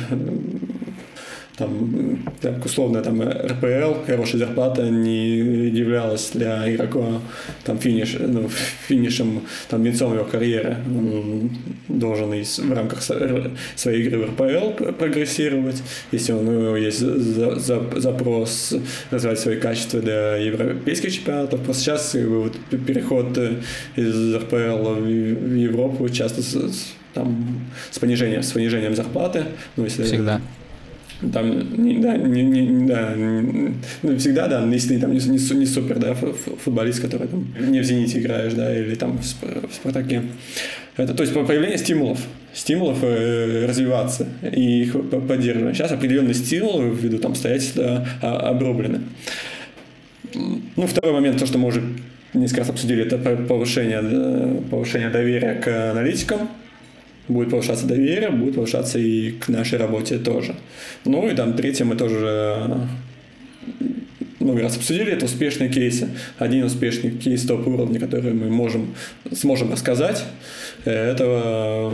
так условно РПЛ, хорошая зарплата не являлась для игрока финишем, венцом его карьеры. Он должен в рамках своей игры в РПЛ прогрессировать. Если у него есть запрос развивать свои качества для европейских чемпионатов. Просто сейчас переход из РПЛ в Европу часто с понижением зарплаты. Всегда. Всегда, да, если ты не супер, да, футболист, который не в «Зените» играешь, да, или в «Спартаке». Это, то есть появление стимулов развиваться и их поддерживать. Сейчас определенные стимулы ввиду обстоятельства обрублены. Второй момент, то, что мы уже несколько раз обсудили, это повышение доверия к аналитикам. будет повышаться доверие, будет повышаться и к нашей работе тоже. Ну и там третье мы тоже много раз обсудили, это успешные кейсы. Один успешный кейс топ-уровня, который мы сможем рассказать, это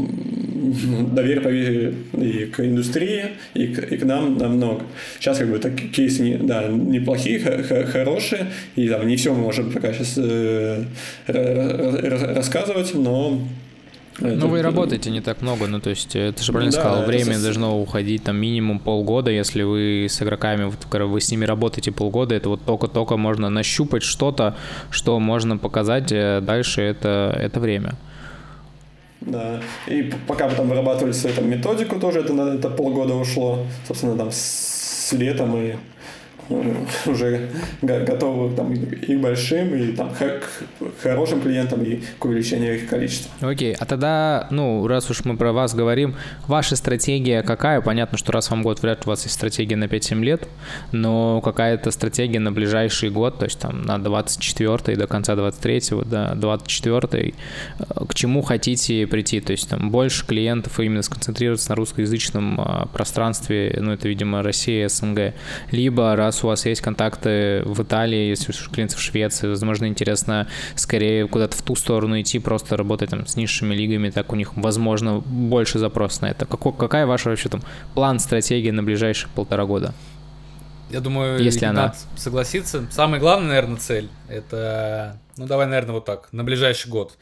доверие и к индустрии, и к нам намного. Сейчас как бы такие кейсы неплохие, хорошие, и там не все мы можем пока сейчас рассказывать, но... Ну, вы работаете не так много, ну, то есть, ты же правильно сказал, время должно уходить там минимум полгода, если вы с игроками, вы с ними работаете полгода, это вот только-только можно нащупать что-то, что можно показать, дальше это время. Да, и пока мы там вырабатывали свою там методику тоже, это полгода ушло, собственно, там с летом и уже готовы там, и к большим, и там, к хорошим клиентам, и к увеличению их количества. Окей, а тогда, раз уж мы про вас говорим, ваша стратегия какая? Понятно, что раз в год вряд ли у вас есть стратегия на 5-7 лет, но какая-то стратегия на ближайший год, то есть там на 24-й, до конца 23-го, до 24-й, к чему хотите прийти? То есть там больше клиентов именно сконцентрироваться на русскоязычном пространстве, это, видимо, Россия, СНГ, либо раз у вас есть контакты в Италии, если клиенты в Швеции, возможно, интересно скорее куда-то в ту сторону идти, просто работать там с низшими лигами, так у них, возможно, больше запрос на это. Какая ваша вообще там план, стратегия на ближайшие 1,5 года? Я думаю, если она согласится. Самая главная, наверное, цель — это, давай, наверное, вот так, на ближайший год.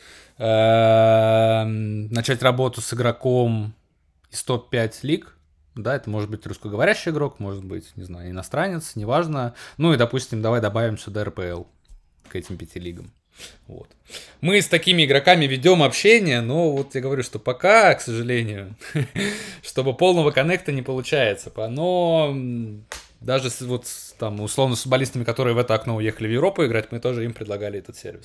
Начать работу с игроком из топ-5 лиг. Да, это может быть русскоговорящий игрок, может быть, не знаю, иностранец, неважно. Ну и, допустим, давай добавим сюда РПЛ к этим 5 лигам. Вот. Мы с такими игроками ведем общение, но вот я говорю, что пока, к сожалению, чтобы полного коннекта не получается. Но даже вот там условно с футболистами, которые в это окно уехали в Европу играть, мы тоже им предлагали этот сервис.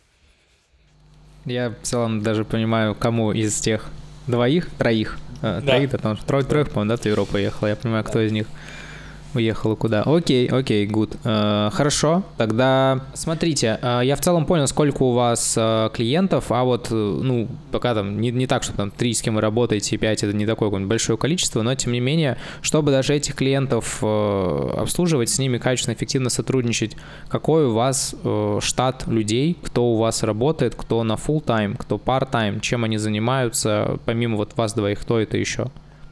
Я в целом даже понимаю, кому из тех троих, потому что троих, по-моему, да, в Европу уехала. Я понимаю, кто из них уехал и куда. Окей, good. Хорошо, тогда смотрите, я в целом понял, сколько у вас клиентов, а вот, пока там не так, что там 3, с кем вы работаете, и 5, это не такое какое-нибудь большое количество, но тем не менее, чтобы даже этих клиентов обслуживать, с ними качественно, эффективно сотрудничать, какой у вас штат людей, кто у вас работает, кто на full-time, кто part-time, чем они занимаются, помимо вот вас двоих, кто это еще?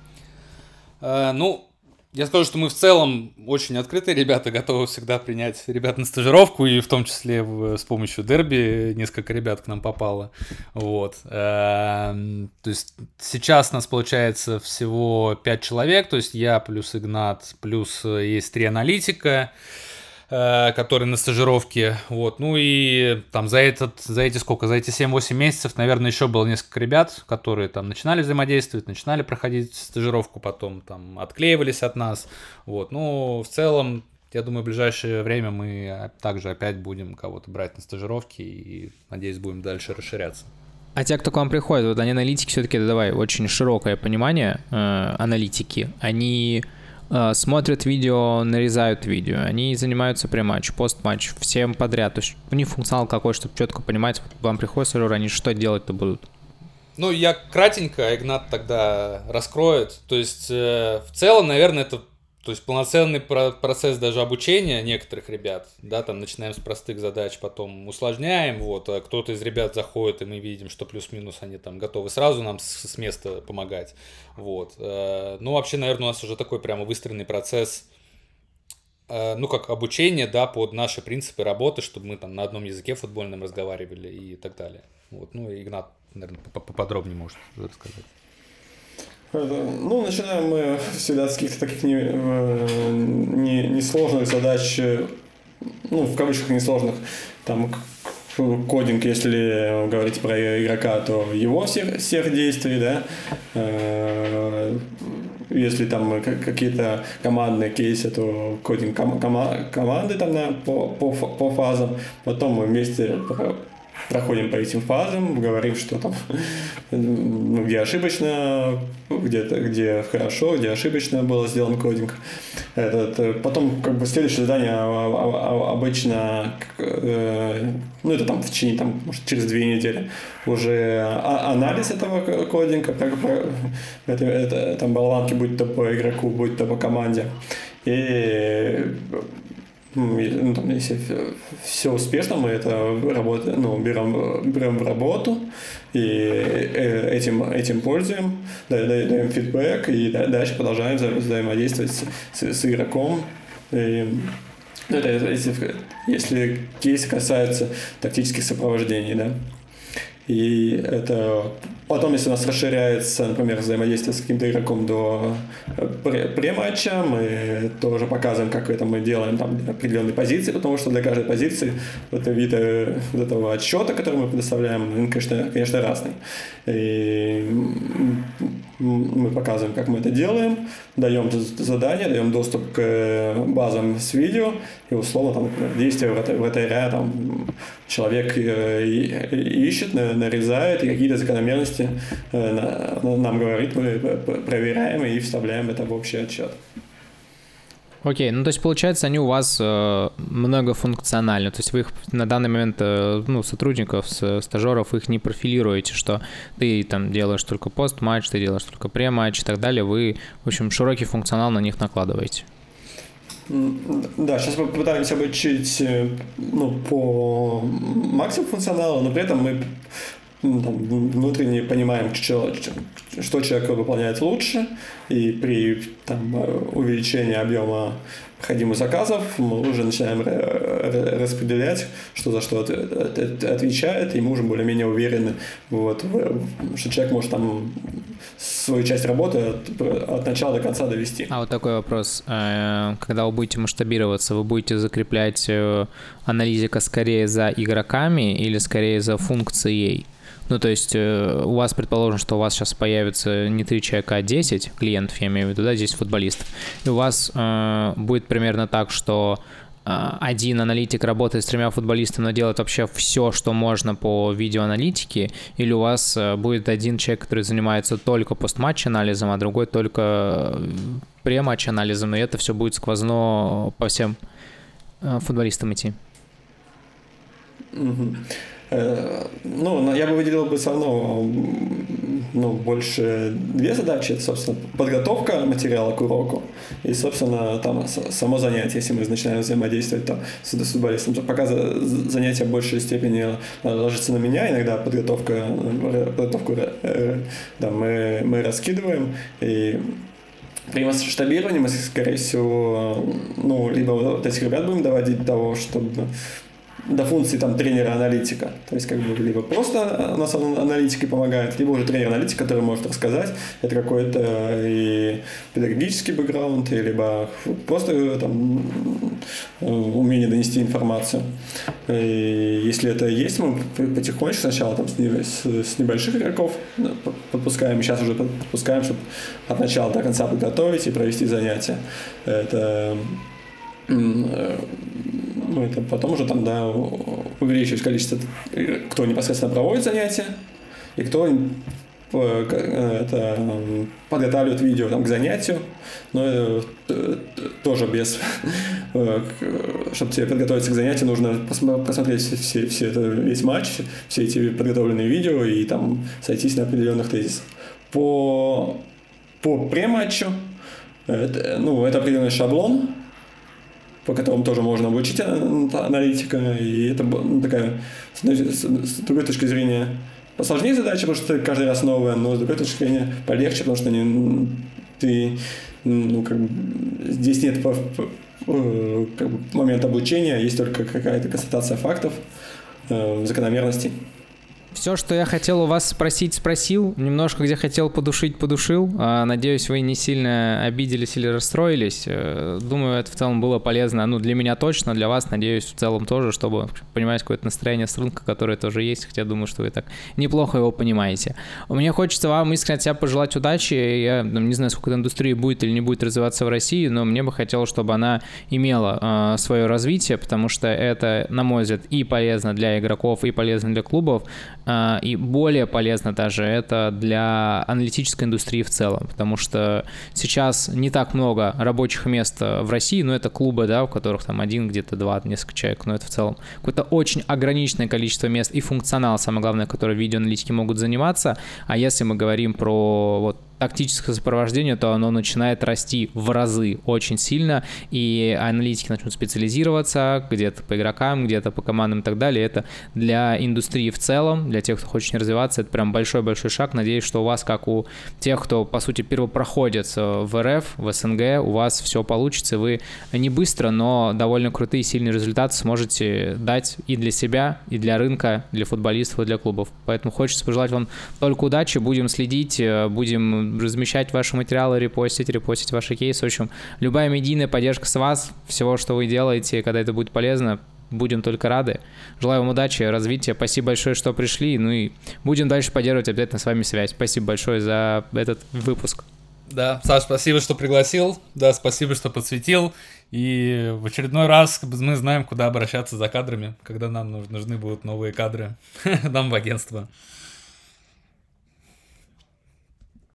Я скажу, что мы в целом очень открытые ребята, готовы всегда принять ребят на стажировку, и в том числе с помощью Дерби несколько ребят к нам попало. Вот. То есть сейчас нас получается всего 5 человек, то есть я плюс Игнат, плюс есть 3 аналитика, которые на стажировке, вот, и там за эти 7-8 месяцев, наверное, еще было несколько ребят, которые там начинали взаимодействовать, начинали проходить стажировку, потом там отклеивались от нас, вот, в целом, я думаю, в ближайшее время мы также опять будем кого-то брать на стажировки и, надеюсь, будем дальше расширяться. А те, кто к вам приходит, вот они аналитики все-таки, давай, очень широкое понимание аналитики, они смотрят видео, нарезают видео, они занимаются прем-матч, пост-матч, всем подряд. То есть у них функционал какой, чтобы четко понимать, вот вам приходит стажер, они что делать-то будут? Я кратенько, а Игнат тогда раскроет. То есть в целом, наверное, это полноценный процесс даже обучения некоторых ребят. Да, там начинаем с простых задач, потом усложняем. Вот, а кто-то из ребят заходит, и мы видим, что плюс-минус они там готовы сразу нам с места помогать. Вот. Вообще, наверное, у нас уже такой прямо выстроенный процесс, как обучение, да, под наши принципы работы, чтобы мы там на одном языке футбольном разговаривали и так далее. Вот. И Игнат, наверное, поподробнее может рассказать. Начинаем мы всегда с каких-то таких несложных задач, в кавычках несложных, там, кодинг, если говорить про игрока, то его всех действий, да, если там какие-то командные кейсы, то кодинг команды там по фазам, потом мы вместе проходим по этим фазам, говорим, что там, где ошибочно, где хорошо, где ошибочно был сделан кодинг. Потом следующее задание обычно, это там в течение, может, через 2 недели, уже анализ этого кодинга, как это там болванки, будь то по игроку, будь то по команде. И если все успешно, мы это берем в работу и этим пользуем, даем фидбэк и дальше продолжаем взаимодействовать с игроком. Это если кейс касается тактических сопровождений, да. И это потом, если у нас расширяется, например, взаимодействие с каким-то игроком до прематча, мы тоже показываем, как это мы делаем там определенные позиции, потому что для каждой позиции вид этого отсчета, который мы предоставляем, он, конечно, разный. И мы показываем, как мы это делаем, даем задания, даем доступ к базам с видео, и условно там, например, действия в этой ряде там человек ищет, нарезает, и какие-то закономерности нам говорит, мы проверяем и вставляем это в общий отчет. Окей, то есть, получается, они у вас многофункциональны, то есть вы их на данный момент, сотрудников, стажеров, их не профилируете, что ты там делаешь только пост-матч, ты делаешь только пре-матч и так далее, вы, в общем, широкий функционал на них накладываете. Да, сейчас мы попытаемся обучить по максимуму функционала, но при этом мы внутренне понимаем, что человек выполняет лучше, и при увеличении объема проходимых заказов мы уже начинаем распределять, что за что отвечает, и мы уже более-менее уверены, что человек может свою часть работы от начала до конца довести. А вот такой вопрос. Когда вы будете масштабироваться, вы будете закреплять аналитика скорее за игроками или скорее за функцией? То есть у вас, предположим, что у вас сейчас появится не 3 человека, а 10 клиентов, я имею в виду, да, 10 футболистов, и у вас будет примерно так, что один аналитик работает с 3 футболистами, но делает вообще все, что можно по видеоаналитике, или у вас будет один человек, который занимается только постматч-анализом, а другой только прематч-анализом, и это все будет сквозно по всем футболистам идти? Я бы выделил все равно больше 2 задачи. Это, собственно, подготовка материала к уроку и, собственно, само занятие. Если мы начинаем взаимодействовать с футболистом, то пока занятие в большей степени ложится на меня, иногда подготовку мы раскидываем, и при масштабировании мы, скорее всего, либо вот этих ребят будем доводить до того, чтобы до функции тренера-аналитика. То есть либо просто у нас аналитики помогает, либо уже тренер-аналитик, который может рассказать. Это какой-то и педагогический бэкграунд, и либо просто умение донести информацию. И если это есть, мы потихонечку сначала с небольших игроков подпускаем, сейчас уже подпускаем, чтобы от начала до конца подготовить и провести занятия. Это потом уже увеличивать количество, кто непосредственно проводит занятия, и кто подготавливает видео к занятию, но тоже чтобы тебе подготовиться к занятию, нужно посмотреть весь матч, все эти подготовленные видео и сойтись на определенных тезисах. По прематчу это определенный шаблон, по которому тоже можно обучить аналитика, и это такая, с другой точки зрения, посложнее задача, потому что каждый раз новая, но с другой точки зрения полегче, потому что здесь нет момента обучения, есть только какая-то констатация фактов, закономерностей. Все, что я хотел у вас спросить, спросил. Немножко, где хотел подушить, подушил. Надеюсь, вы не сильно обиделись или расстроились. Думаю, это в целом было полезно. Ну, для меня точно, для вас, надеюсь, в целом тоже, чтобы понимать какое-то настроение с рынка, которое тоже есть. Хотя думаю, что вы так неплохо его понимаете. Мне хочется вам искренне от себя пожелать удачи. Я не знаю, сколько эта индустрия будет или не будет развиваться в России, но мне бы хотелось, чтобы она имела свое развитие, потому что это, на мой взгляд, и полезно для игроков, и полезно для клубов. И более полезно даже это для аналитической индустрии в целом, потому что сейчас не так много рабочих мест в России, но это клубы, да, у которых там один, где-то два, несколько человек, но это в целом какое-то очень ограниченное количество мест и функционал, самое главное, который видеоаналитики могут заниматься. А если мы говорим про вот тактическое сопровождение, то оно начинает расти в разы очень сильно, и аналитики начнут специализироваться где-то по игрокам, где-то по командам и так далее. Это для индустрии в целом, для тех, кто хочет развиваться, это прям большой-большой шаг. Надеюсь, что у вас, как у тех, кто, по сути, первопроходец в РФ, в СНГ, у вас все получится, вы не быстро, но довольно крутые, сильные результаты сможете дать и для себя, и для рынка, для футболистов, и для клубов. Поэтому хочется пожелать вам только удачи, будем следить, будем размещать ваши материалы, репостить ваши кейсы. В общем, любая медийная поддержка с вас, всего, что вы делаете, когда это будет полезно, будем только рады. Желаю вам удачи, развития. Спасибо большое, что пришли. Ну и будем дальше поддерживать обязательно с вами связь. Спасибо большое за этот выпуск. Да, Саш, спасибо, что пригласил. Да, спасибо, что подсветил. И в очередной раз мы знаем, куда обращаться за кадрами, когда нам нужны будут новые кадры нам в агентство.